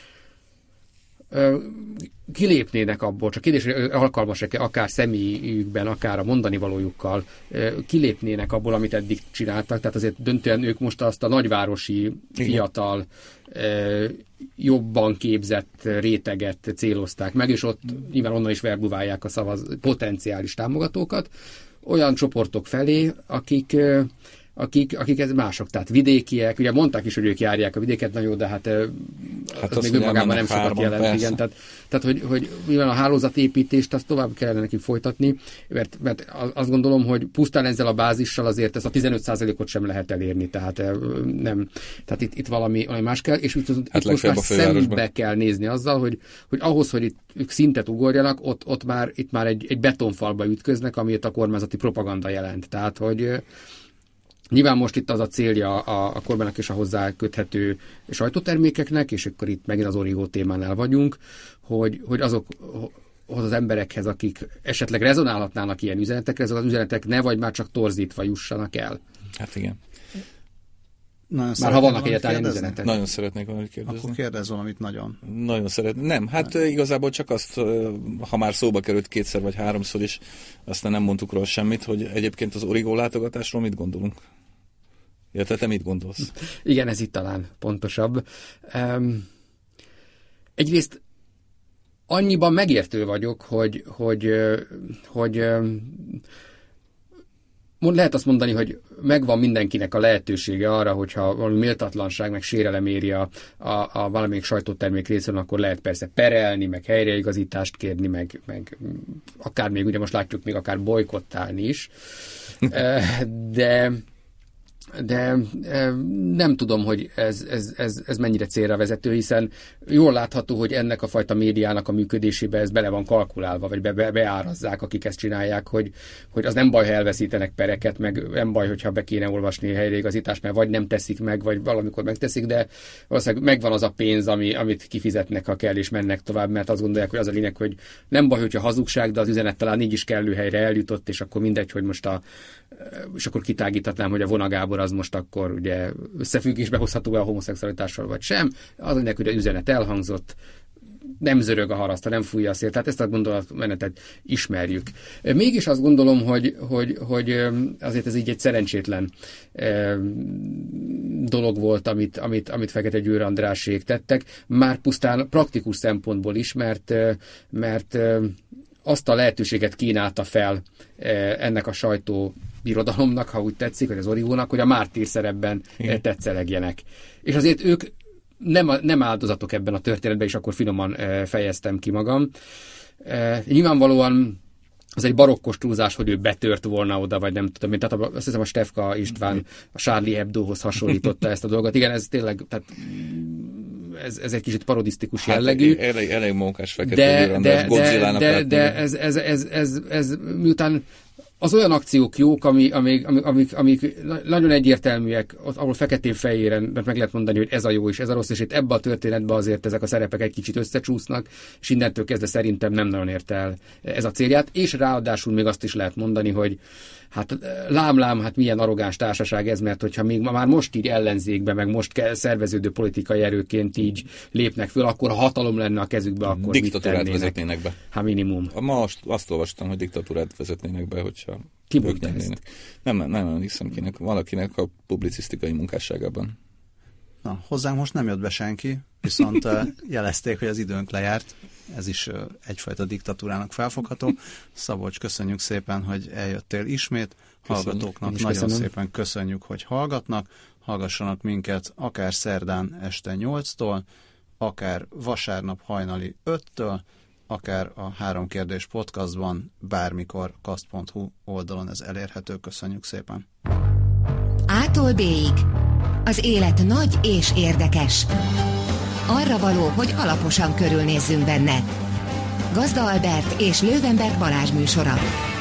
kilépnének abból, csak kérdés, hogy alkalmasak-e akár személyükben, akár a mondani valójukkal, kilépnének abból, amit eddig csináltak, tehát azért döntően ők most azt a nagyvárosi, fiatal, jobban képzett réteget célozták meg, és ott nyilván onnan is verbuválják a szavaz, potenciális támogatókat, olyan csoportok felé, akik Akik, akik ez mások, tehát vidékiek, ugye mondták is, hogy ők járják a vidéket, na jó, de hát, hát az, az még önmagában nem sokat jelent, igen, tehát, tehát hogy, hogy mivel a hálózatépítést azt tovább kellene nekik folytatni, mert, mert azt gondolom, hogy pusztán ezzel a bázissal azért ez a tizenöt százalékot sem lehet elérni, tehát nem, tehát itt, itt valami, valami más kell, és itt, hát itt most már szembe kell nézni azzal, hogy, hogy ahhoz, hogy itt ők szintet ugorjanak, ott, ott már, itt már egy, egy betonfalba ütköznek, amit a kormányzati propaganda jelent, tehát hogy nyilván most itt az a célja a, a kormánynak és a hozzá köthető sajtótermékeknek, és akkor itt megint az origó témánál vagyunk, hogy, hogy azokhoz az emberekhez, akik esetleg rezonálhatnának ilyen üzenetekre, azok az üzenetek ne vagy már csak torzítva jussanak el. Hát igen. Nagyon már ha vannak egyáltalán ilyen üzenetek. Nagyon szeretnék valamit kérdezni. Akkor kérdezz valamit nagyon. Nagyon szeretnék. Nem, hát nem. Igazából csak azt, ha már szóba került kétszer vagy háromszor is, aztán nem mondtuk róla semmit, hogy egyébként az origó látogatásról mit gondolunk? Illetve te mit gondolsz? Igen, ez itt talán pontosabb. Um, egyrészt annyiban megértő vagyok, hogy, hogy, hogy, hogy lehet azt mondani, hogy megvan mindenkinek a lehetősége arra, hogyha valami méltatlanság, meg sérelem éri a, a, a valamelyik sajtótermék részén, akkor lehet persze perelni, meg helyreigazítást kérni, meg, meg akár még, ugye most látjuk, még akár bojkottálni is. De... de nem tudom, hogy ez, ez, ez, ez mennyire célra vezető, hiszen jól látható, hogy ennek a fajta médiának a működésébe ez bele van kalkulálva, vagy be, be, beárazzák, akik ezt csinálják, hogy, hogy az nem baj, ha elveszítenek pereket, meg nem baj, hogyha be kéne olvasni a helyreigazítást, mert vagy nem teszik meg, vagy valamikor megteszik, de valószínűleg megvan az a pénz, ami, amit kifizetnek, ha kell, és mennek tovább, mert azt gondolják, hogy az a lényeg, hogy nem baj, hogyha hazugság, de az üzenet talán így is kellő helyre eljutott, és akkor mindegy, hogy most a és akkor kitágítatnám, hogy a Vona Gábor az most akkor ugye összefüggésbe hozható-e a homoszexualitással, vagy sem. Az lényeg, hogy az üzenet elhangzott, nem zörög a haraszta, nem fújja a szél. Tehát ezt a gondolatmenetet ismerjük. Mégis azt gondolom, hogy, hogy, hogy azért ez így egy szerencsétlen dolog volt, amit, amit, amit Fekete Győr Andrásék tettek, már pusztán praktikus szempontból is, mert, mert azt a lehetőséget kínálta fel ennek a sajtó birodalomnak, ha úgy tetszik, vagy az Oriónak, hogy a mártír szerepben igen. tetszelegjenek. És azért ők nem, nem áldozatok ebben a történetben, és akkor finoman fejeztem ki magam. Nyilvánvalóan az egy barokkos túlzás, hogy ő betört volna oda, vagy nem tudom, tehát azt hiszem a Stefka István a Charlie Hebdohoz hasonlította ezt a dolgot. Igen, ez tényleg, tehát ez, ez egy kicsit parodisztikus hát jellegű. Elég, elég mókás Fekete Győr András Godzillának. De, de, de ez, ez, ez, ez, ez miután az olyan akciók jók, ami, amik, amik, amik nagyon egyértelműek, ahol feketén fejéren meg lehet mondani, hogy ez a jó és ez a rossz, és itt ebben a történetben azért ezek a szerepek egy kicsit összecsúsznak, és innentől kezdve szerintem nem nagyon ért el ez a célját, és ráadásul még azt is lehet mondani, hogy hát lám-lám, hát milyen arrogáns társaság ez, mert hogyha még már most így ellenzékbe, meg most kell szerveződő politikai erőként így lépnek föl, akkor ha hatalom lenne a kezükbe, akkor diktatúrát vezetnének be. Hát minimum. Ma azt, azt olvastam, hogy diktatúrát vezetnének be, hogyha ki mondta ezt? Nem, nem, nem hiszem kinek, valakinek a publicisztikai munkásságában. Na, hozzánk most nem jött be senki, viszont jelezték, hogy az időnk lejárt. Ez is egyfajta diktatúrának felfogható. Szabolcs, köszönjük szépen, hogy eljöttél ismét. Köszönjük. Hallgatóknak nagyon köszönöm. Szépen köszönjük, hogy hallgatnak. Hallgassanak minket akár szerdán este nyolctól, akár vasárnap hajnali öttől, akár a Három Kérdés podcastban, bármikor kaszt pont hu oldalon ez elérhető. Köszönjük szépen. A-tól B-ig. Az élet nagy és érdekes. Arra való, hogy alaposan körülnézzünk benne. Gazda Albert és Löwenberg Balázs műsora.